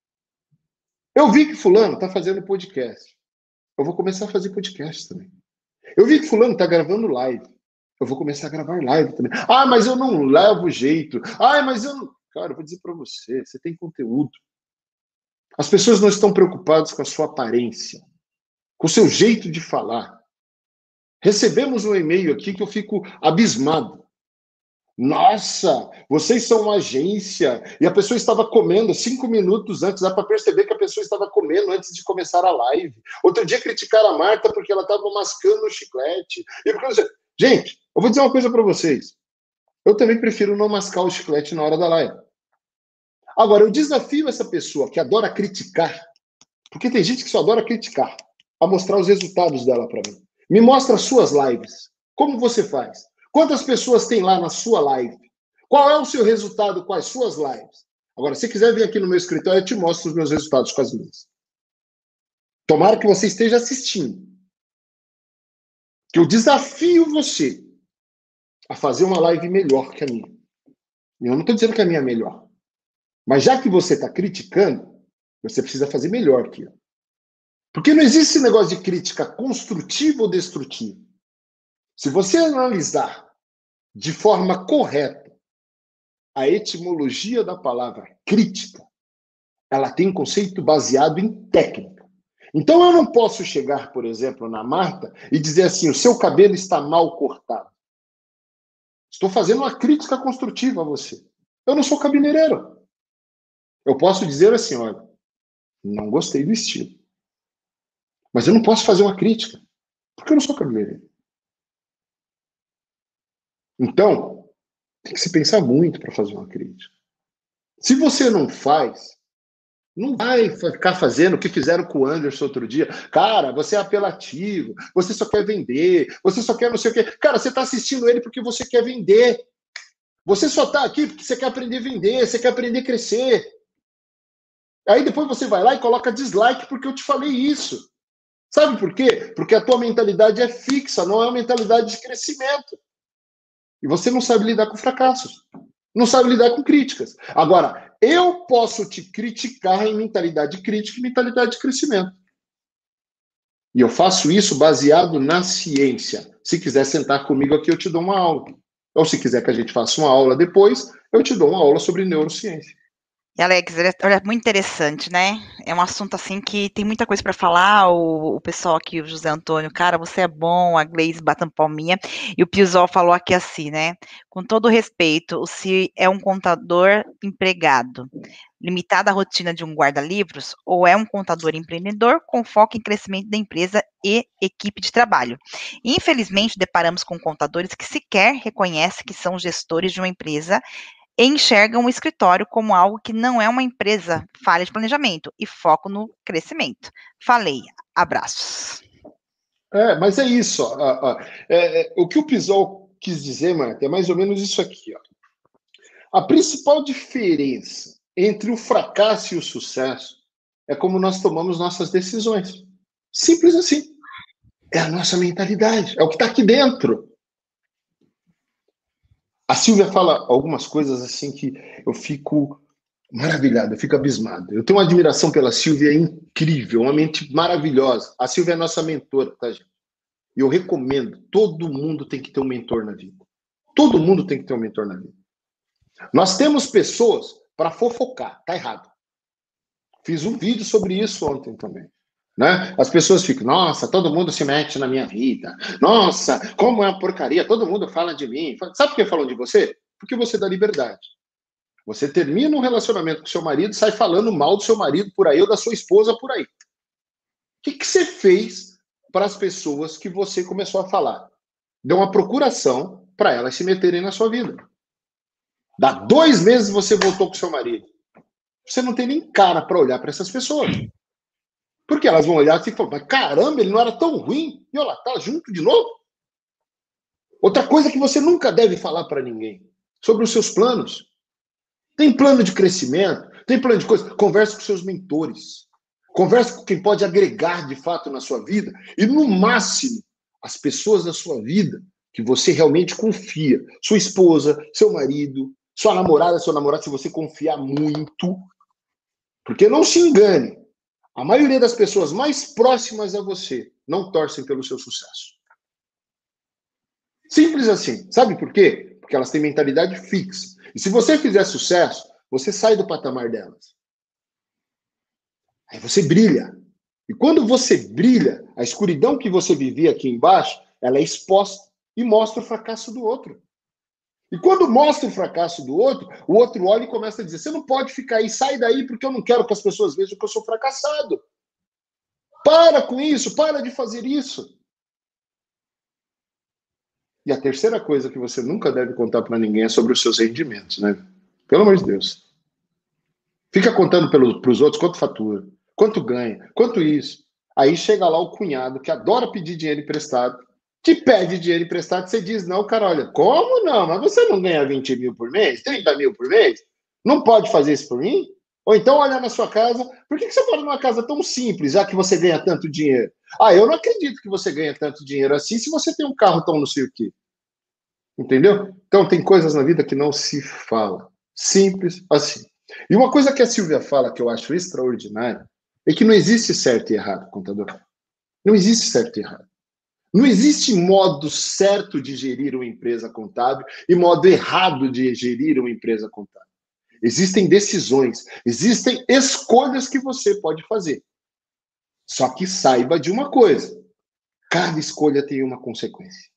Speaker 2: Eu vi que fulano está fazendo podcast. Eu vou começar a fazer podcast também. Eu vi que fulano está gravando live. Eu vou começar a gravar live também. Ah, mas eu não levo jeito. Ah, mas eu não... Cara, eu vou dizer para você, você tem conteúdo. As pessoas não estão preocupadas com a sua aparência, com o seu jeito de falar. Recebemos um e-mail aqui que eu fico abismado. Nossa, vocês são uma agência. E a pessoa estava comendo cinco minutos antes, dá para perceber que a pessoa estava comendo antes de começar a live. Outro dia criticaram a Marta porque ela estava mascando o chiclete. E porque... Gente, eu vou dizer uma coisa para vocês. Eu também prefiro não mascar o chiclete na hora da live. Agora, eu desafio essa pessoa que adora criticar, porque tem gente que só adora criticar, a mostrar os resultados dela para mim. Me mostra as suas lives. Como você faz? Quantas pessoas tem lá na sua live? Qual é o seu resultado com as suas lives? Agora, se quiser vir aqui no meu escritório, eu te mostro os meus resultados com as minhas. Tomara que você esteja assistindo. Que eu desafio você a fazer uma live melhor que a minha. Eu não estou dizendo que a minha é melhor. Mas já que você está criticando, você precisa fazer melhor que eu. Porque não existe esse negócio de crítica construtiva ou destrutiva. Se você analisar de forma correta a etimologia da palavra crítica, ela tem um conceito baseado em técnica. Então eu não posso chegar, por exemplo, na Marta e dizer assim, o seu cabelo está mal cortado. Estou fazendo uma crítica construtiva a você. Eu não sou cabeleireiro. Eu posso dizer assim, olha, não gostei do estilo. Mas eu não posso fazer uma crítica, porque eu não sou cabeleireiro. Então, tem que se pensar muito para fazer uma crítica. Se você não faz, não vai ficar fazendo o que fizeram com o Anderson outro dia. Cara, você é apelativo, você só quer vender, você só quer não sei o quê. Cara, você está assistindo ele porque você quer vender. Você só está aqui porque você quer aprender a vender, você quer aprender a crescer. Aí depois você vai lá e coloca dislike porque eu te falei isso. Sabe por quê? Porque a tua mentalidade é fixa, não é uma mentalidade de crescimento. E você não sabe lidar com fracassos. Não sabe lidar com críticas. Agora, eu posso te criticar em mentalidade crítica e mentalidade de crescimento. E eu faço isso baseado na ciência. Se quiser sentar comigo aqui, eu te dou uma aula. Ou se quiser que a gente faça uma aula depois, eu te dou uma aula sobre neurociência.
Speaker 1: E Alex, olha, muito interessante, né? É um assunto assim que tem muita coisa para falar. O, o pessoal aqui, o José Antônio, cara, você é bom, a Gleice batendo palminha. E o Piusol falou aqui assim, né? Com todo respeito, o se é um contador empregado, limitado à rotina de um guarda-livros, ou é um contador empreendedor com foco em crescimento da empresa e equipe de trabalho. Infelizmente, deparamos com contadores que sequer reconhecem que são gestores de uma empresa e enxergam o escritório como algo que não é uma empresa, falha de planejamento e foco no crescimento. Falei, abraços.
Speaker 2: É, mas é isso. Ó, ó, ó. É, é, o que o Pisol quis dizer, Marta, é mais ou menos isso aqui. Ó. A principal diferença entre o fracasso e o sucesso é como nós tomamos nossas decisões. Simples assim. É a nossa mentalidade, é o que está aqui dentro. A Silvia fala algumas coisas assim que eu fico maravilhado, eu fico abismado. Eu tenho uma admiração pela Silvia incrível, uma mente maravilhosa. A Silvia é nossa mentora, tá, gente? E eu recomendo, todo mundo tem que ter um mentor na vida. Todo mundo tem que ter um mentor na vida. Nós temos pessoas para fofocar, tá errado. Fiz um vídeo sobre isso ontem também. Né? As pessoas ficam, nossa, todo mundo se mete na minha vida. Nossa, como é uma porcaria, todo mundo fala de mim. Sabe por que falam de você? Porque você dá liberdade. Você termina um relacionamento com seu marido, sai falando mal do seu marido por aí ou da sua esposa por aí. O que, que você fez para as pessoas que você começou a falar? Deu uma procuração para elas se meterem na sua vida. Dá dois meses você voltou com seu marido. Você não tem nem cara para olhar para essas pessoas. Porque elas vão olhar assim e falar, mas caramba, ele não era tão ruim. E olha lá, tá junto de novo. Outra coisa que você nunca deve falar para ninguém, sobre os seus planos. Tem plano de crescimento, tem plano de coisa. Converse com seus mentores. Converse com quem pode agregar de fato na sua vida. E no máximo, as pessoas da sua vida que você realmente confia. Sua esposa, seu marido, sua namorada, seu namorado, se você confiar muito. Porque não se engane, a maioria das pessoas mais próximas a você não torcem pelo seu sucesso. Simples assim. Sabe por quê? Porque elas têm mentalidade fixa. E se você fizer sucesso, você sai do patamar delas. Aí você brilha. E quando você brilha, a escuridão que você vivia aqui embaixo, ela é exposta e mostra o fracasso do outro. E quando mostra o fracasso do outro, o outro olha e começa a dizer, você não pode ficar aí, sai daí, porque eu não quero que as pessoas vejam que eu sou fracassado. Para com isso, para de fazer isso. E a terceira coisa que você nunca deve contar para ninguém é sobre os seus rendimentos, né? Pelo amor de Deus. Fica contando para os outros quanto fatura, quanto ganha, quanto isso. Aí chega lá o cunhado que adora pedir dinheiro emprestado, te pede dinheiro emprestado, você diz, não, cara, olha, como não? Mas você não ganha vinte mil por mês, trinta mil por mês? Não pode fazer isso por mim? Ou então olhar na sua casa, por que que você mora numa casa tão simples, já que você ganha tanto dinheiro? Ah, eu não acredito que você ganha tanto dinheiro assim se você tem um carro tão não sei o quê. Entendeu? Então tem coisas na vida que não se fala. Simples assim. E uma coisa que a Silvia fala que eu acho extraordinária é que não existe certo e errado, contador. Não existe certo e errado. Não existe modo certo de gerir uma empresa contábil e modo errado de gerir uma empresa contábil. Existem decisões, existem escolhas que você pode fazer. Só que saiba de uma coisa: cada escolha tem uma consequência.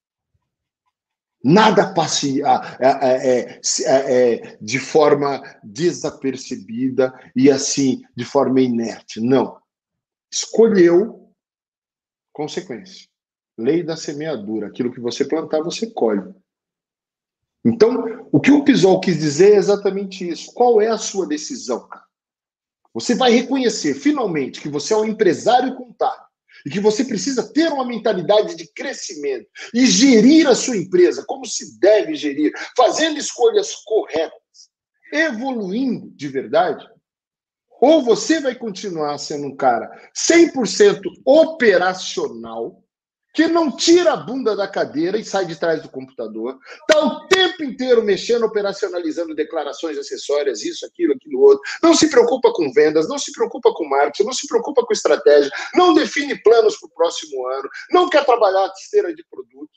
Speaker 2: Nada passe a, a, a, a, a, de forma desapercebida e assim, de forma inerte. Não. Escolheu, consequência. Lei da semeadura. Aquilo que você plantar, você colhe. Então, o que o Pisol quis dizer é exatamente isso. Qual é a sua decisão, cara? Você vai reconhecer, finalmente, que você é um empresário contábil e que você precisa ter uma mentalidade de crescimento e gerir a sua empresa como se deve gerir, fazendo escolhas corretas, evoluindo de verdade. Ou você vai continuar sendo um cara cem por cento operacional, que não tira a bunda da cadeira e sai de trás do computador, está o tempo inteiro mexendo, operacionalizando declarações acessórias, isso, aquilo, aquilo outro, não se preocupa com vendas, não se preocupa com marketing, não se preocupa com estratégia, não define planos para o próximo ano, não quer trabalhar a esteira de produto.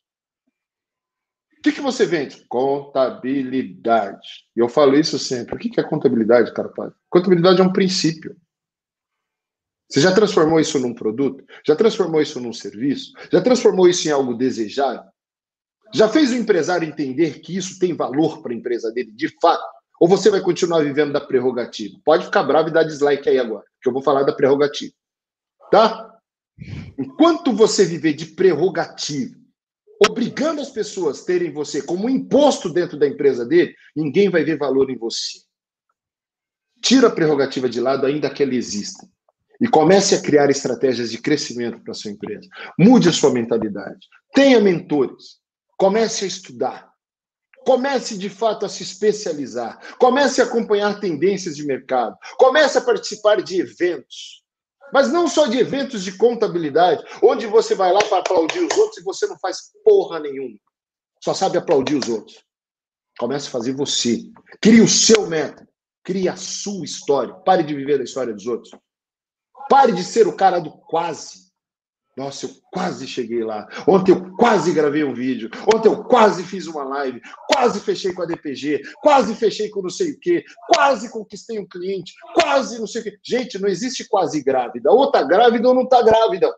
Speaker 2: O que, que você vende? Contabilidade. E eu falo isso sempre. O que, que é contabilidade, cara? Contabilidade é um princípio. Você já transformou isso num produto? Já transformou isso num serviço? Já transformou isso em algo desejável? Já fez o empresário entender que isso tem valor para a empresa dele, de fato? Ou você vai continuar vivendo da prerrogativa? Pode ficar bravo e dar dislike aí agora, que eu vou falar da prerrogativa. Tá? Enquanto você viver de prerrogativa, obrigando as pessoas a terem você como um imposto dentro da empresa dele, ninguém vai ver valor em você. Tira a prerrogativa de lado, ainda que ela exista. E comece a criar estratégias de crescimento para a sua empresa. Mude a sua mentalidade. Tenha mentores. Comece a estudar. Comece, de fato, a se especializar. Comece a acompanhar tendências de mercado. Comece a participar de eventos. Mas não só de eventos de contabilidade, onde você vai lá para aplaudir os outros e você não faz porra nenhuma. Só sabe aplaudir os outros. Comece a fazer você. Crie o seu método. Crie a sua história. Pare de viver da história dos outros. Pare de ser o cara do quase. Nossa, eu quase cheguei lá. Ontem eu quase gravei um vídeo. Ontem eu quase fiz uma live. Quase fechei com a D P G. Quase fechei com não sei o quê. Quase conquistei um cliente. Quase não sei o quê. Gente, não existe quase grávida. Ou tá grávida ou não tá grávida.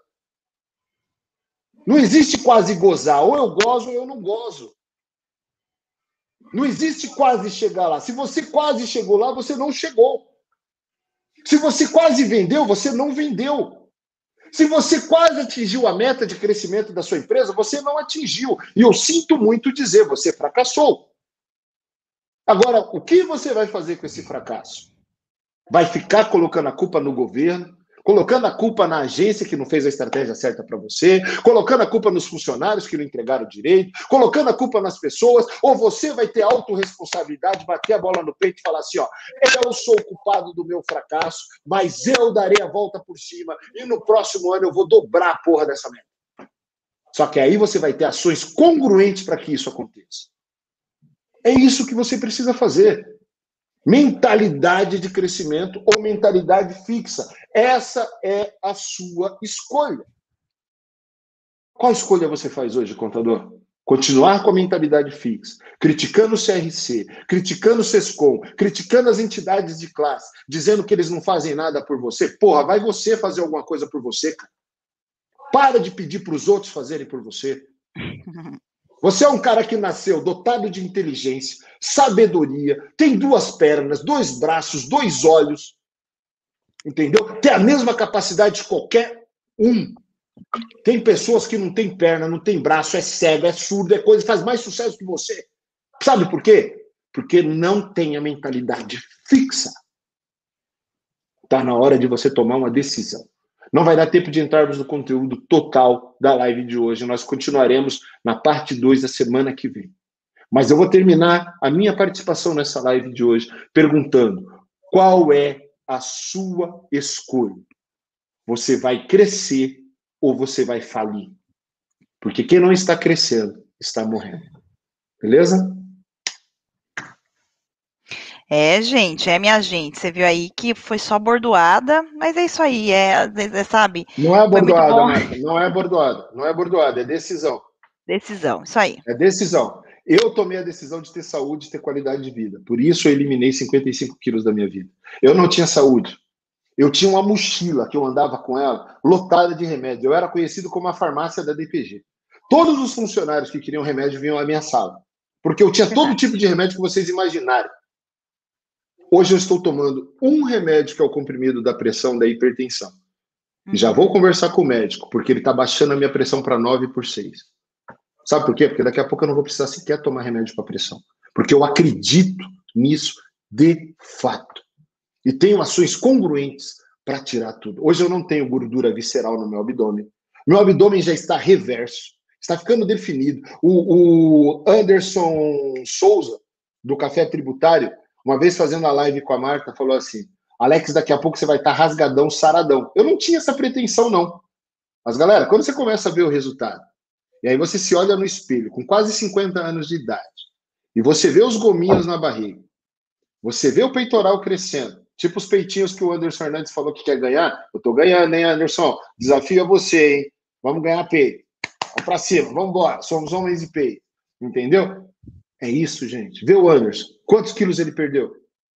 Speaker 2: Não existe quase gozar. Ou eu gozo ou eu não gozo. Não existe quase chegar lá. Se você quase chegou lá, você não chegou. Se você quase vendeu, você não vendeu. Se você quase atingiu a meta de crescimento da sua empresa, você não atingiu. E eu sinto muito dizer, você fracassou. Agora, o que você vai fazer com esse fracasso? Vai ficar colocando a culpa no governo, colocando a culpa na agência que não fez a estratégia certa para você, colocando a culpa nos funcionários que não entregaram direito, colocando a culpa nas pessoas, ou você vai ter autorresponsabilidade, bater a bola no peito e falar assim, ó, eu sou o culpado do meu fracasso, mas eu darei a volta por cima e no próximo ano eu vou dobrar a porra dessa meta. Só que aí você vai ter ações congruentes para que isso aconteça. É isso que você precisa fazer. Mentalidade de crescimento ou mentalidade fixa. Essa é a sua escolha. Qual escolha você faz hoje, contador? Continuar com a mentalidade fixa, criticando o C R C, criticando o SESCOM, criticando as entidades de classe, dizendo que eles não fazem nada por você. Porra, vai você fazer alguma coisa por você, cara. Para de pedir para os outros fazerem por você. Você é um cara que nasceu dotado de inteligência, sabedoria, tem duas pernas, dois braços, dois olhos, entendeu? Tem a mesma capacidade de qualquer um. Tem pessoas que não têm perna, não têm braço, é cego, é surdo, é coisa, faz mais sucesso que você. Sabe por quê? Porque não tem a mentalidade fixa. Está na hora de você tomar uma decisão. Não vai dar tempo de entrarmos no conteúdo total da live de hoje. Nós continuaremos na parte dois da semana que vem. Mas eu vou terminar a minha participação nessa live de hoje perguntando qual é a sua escolha. Você vai crescer ou você vai falir? Porque quem não está crescendo está morrendo. Beleza?
Speaker 1: É, gente, é minha gente. Você viu aí que foi só bordoada, mas é isso aí, é, é sabe?
Speaker 2: Não é
Speaker 1: Foi muito
Speaker 2: bordoada,
Speaker 1: bom.
Speaker 2: Marta. Não é bordoada. Não é bordoada, é decisão.
Speaker 1: Decisão, isso aí.
Speaker 2: É decisão. Eu tomei a decisão de ter saúde e ter qualidade de vida. Por isso eu eliminei cinquenta e cinco quilos da minha vida. Eu não tinha saúde. Eu tinha uma mochila que eu andava com ela lotada de remédio. Eu era conhecido como a farmácia da D P G. Todos os funcionários que queriam remédio vinham à minha sala. Porque eu tinha todo tipo de remédio que vocês imaginarem. Hoje eu estou tomando um remédio que é o comprimido da pressão da hipertensão. E já vou conversar com o médico, porque ele está baixando a minha pressão para nove por seis. Sabe por quê? Porque daqui a pouco eu não vou precisar sequer tomar remédio para pressão. Porque eu acredito nisso de fato. E tenho ações congruentes para tirar tudo. Hoje eu não tenho gordura visceral no meu abdômen. Meu abdômen já está reverso. Está ficando definido. O, o Anderson Souza, do Café Tributário, uma vez fazendo a live com a Marta, falou assim, Alex, daqui a pouco você vai estar rasgadão, saradão. Eu não tinha essa pretensão, não. Mas, galera, quando você começa a ver o resultado, e aí você se olha no espelho, com quase cinquenta anos de idade, e você vê os gominhos na barriga, você vê o peitoral crescendo, tipo os peitinhos que o Anderson Hernandes falou que quer ganhar, eu tô ganhando, hein, Anderson? Desafio é você, hein? Vamos ganhar peito. Vamos pra cima, vamos embora. Somos homens de peito. Entendeu? É isso, gente. Vê o Anderson. Quantos quilos ele perdeu?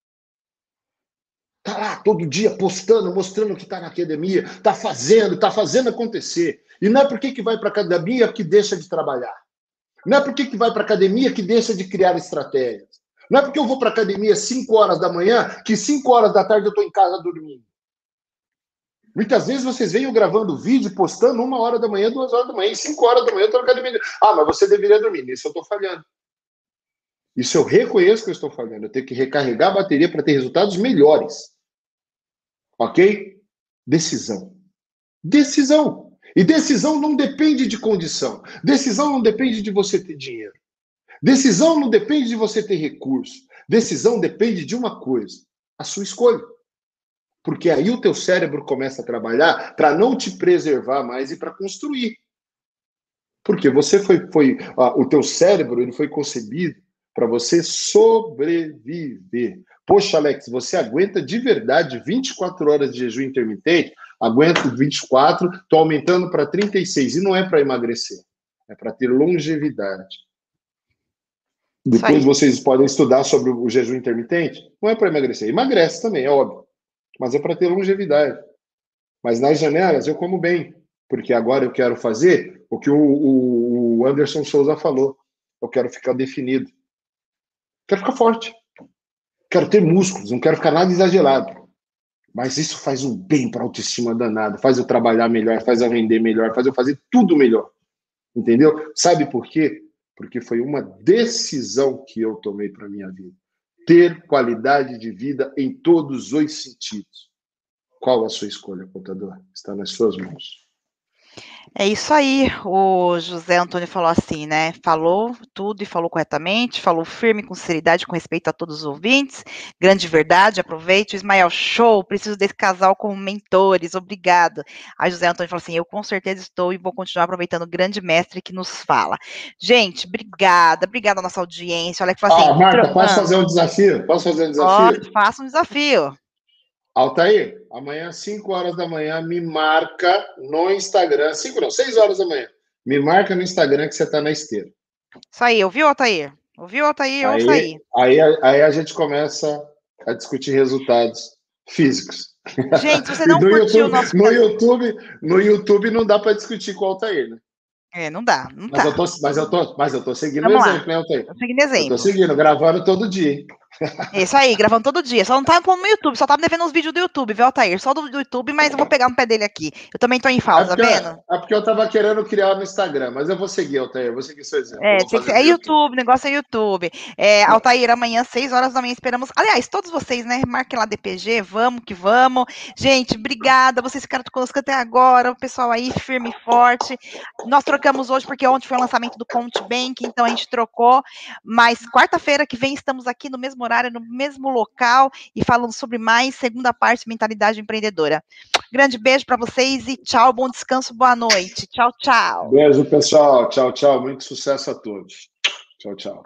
Speaker 2: Tá lá todo dia postando, mostrando que tá na academia, tá fazendo, tá fazendo acontecer. E não é porque que vai pra academia que deixa de trabalhar. Não é porque que vai pra academia que deixa de criar estratégias. Não é porque eu vou pra academia cinco horas da manhã que cinco horas da tarde eu tô em casa dormindo. Muitas vezes vocês veem eu gravando vídeo, postando uma hora da manhã, duas horas da manhã, e cinco horas da manhã eu tô na academia. Ah, mas você deveria dormir. Nisso eu tô falhando. Isso eu reconheço que eu estou falhando. Eu tenho que recarregar a bateria para ter resultados melhores. Ok? Decisão. Decisão. E decisão não depende de condição. Decisão não depende de você ter dinheiro. Decisão não depende de você ter recurso. Decisão depende de uma coisa: a sua escolha. Porque aí o teu cérebro começa a trabalhar para não te preservar mais e para construir. Porque você foi, foi ah, o teu cérebro ele foi concebido para você sobreviver. Poxa, Alex, você aguenta de verdade vinte e quatro horas de jejum intermitente? Aguento vinte e quatro, estou aumentando para trinta e seis. E não é para emagrecer, é para ter longevidade. Depois vocês podem estudar sobre o jejum intermitente. Não é para emagrecer. Emagrece também, é óbvio. Mas é para ter longevidade. Mas nas janelas eu como bem. Porque agora eu quero fazer o que o, o, o Anderson Souza falou. Eu quero ficar definido. Quero ficar forte. Quero ter músculos. Não quero ficar nada exagerado. Mas isso faz um bem para a autoestima danado, faz eu trabalhar melhor, faz eu render melhor, faz eu fazer tudo melhor. Entendeu? Sabe por quê? Porque foi uma decisão que eu tomei para a minha vida. Ter qualidade de vida em todos os sentidos. Qual a sua escolha, contador? Está nas suas mãos.
Speaker 1: É isso aí, o José Antônio falou assim, né, falou tudo e falou corretamente, falou firme, com sinceridade, com respeito a todos os ouvintes, grande verdade, aproveite, o Ismael, show, preciso desse casal como mentores, obrigado. Aí José Antônio falou assim, eu com certeza estou e vou continuar aproveitando o grande mestre que nos fala. Gente, obrigada, obrigada à nossa audiência, olha que fala assim...
Speaker 2: Ah, Marta, posso fazer um desafio? Posso fazer um desafio?
Speaker 1: Pode, faça um desafio.
Speaker 2: Altair, amanhã, cinco horas da manhã, me marca no Instagram. cinco não, seis horas da manhã. Me marca no Instagram que você está na esteira.
Speaker 1: Isso aí, ouviu, Altair? Ouviu, Altair? Ouça
Speaker 2: aí. Aí, aí, aí a gente começa a discutir resultados físicos.
Speaker 1: Gente, você não
Speaker 2: no
Speaker 1: curtiu
Speaker 2: YouTube,
Speaker 1: o nosso...
Speaker 2: no YouTube, no YouTube não dá para discutir com o Altair, né?
Speaker 1: É, não dá, não
Speaker 2: mas
Speaker 1: tá.
Speaker 2: Eu tô, mas, eu tô, mas eu tô seguindo
Speaker 1: Vamos
Speaker 2: o
Speaker 1: lá.
Speaker 2: exemplo, né, Altair?
Speaker 1: Tô seguindo exemplo.
Speaker 2: Eu tô seguindo, gravando todo dia, hein?
Speaker 1: Isso aí, gravando todo dia. Só não tá pondo no YouTube, só tá me devendo uns vídeos do YouTube, viu, Altair? Só do, do YouTube, mas eu vou pegar no pé dele aqui. Eu também tô em falta,
Speaker 2: é porque,
Speaker 1: tá vendo?
Speaker 2: É porque eu tava querendo criar no Instagram, mas eu vou seguir, Altair, eu vou seguir seu exemplo.
Speaker 1: É,
Speaker 2: Eu vou
Speaker 1: tem que
Speaker 2: fazer
Speaker 1: ser, é
Speaker 2: no YouTube.
Speaker 1: YouTube, o negócio é YouTube. É, Altair, amanhã, seis horas da manhã, esperamos. Aliás, todos vocês, né? Marquem lá D P G, vamos que vamos. Gente, obrigada. Vocês ficaram conosco até agora. O pessoal aí, firme e forte. Nós trocamos hoje, porque ontem foi o lançamento do Conte Bank, então a gente trocou. Mas quarta-feira que vem estamos aqui no mesmo horário, no mesmo local, e falando sobre mais segunda parte, mentalidade empreendedora. Grande beijo para vocês e tchau, bom descanso, boa noite. Tchau, tchau.
Speaker 2: Beijo, pessoal. Tchau, tchau. Muito sucesso a todos. Tchau, tchau.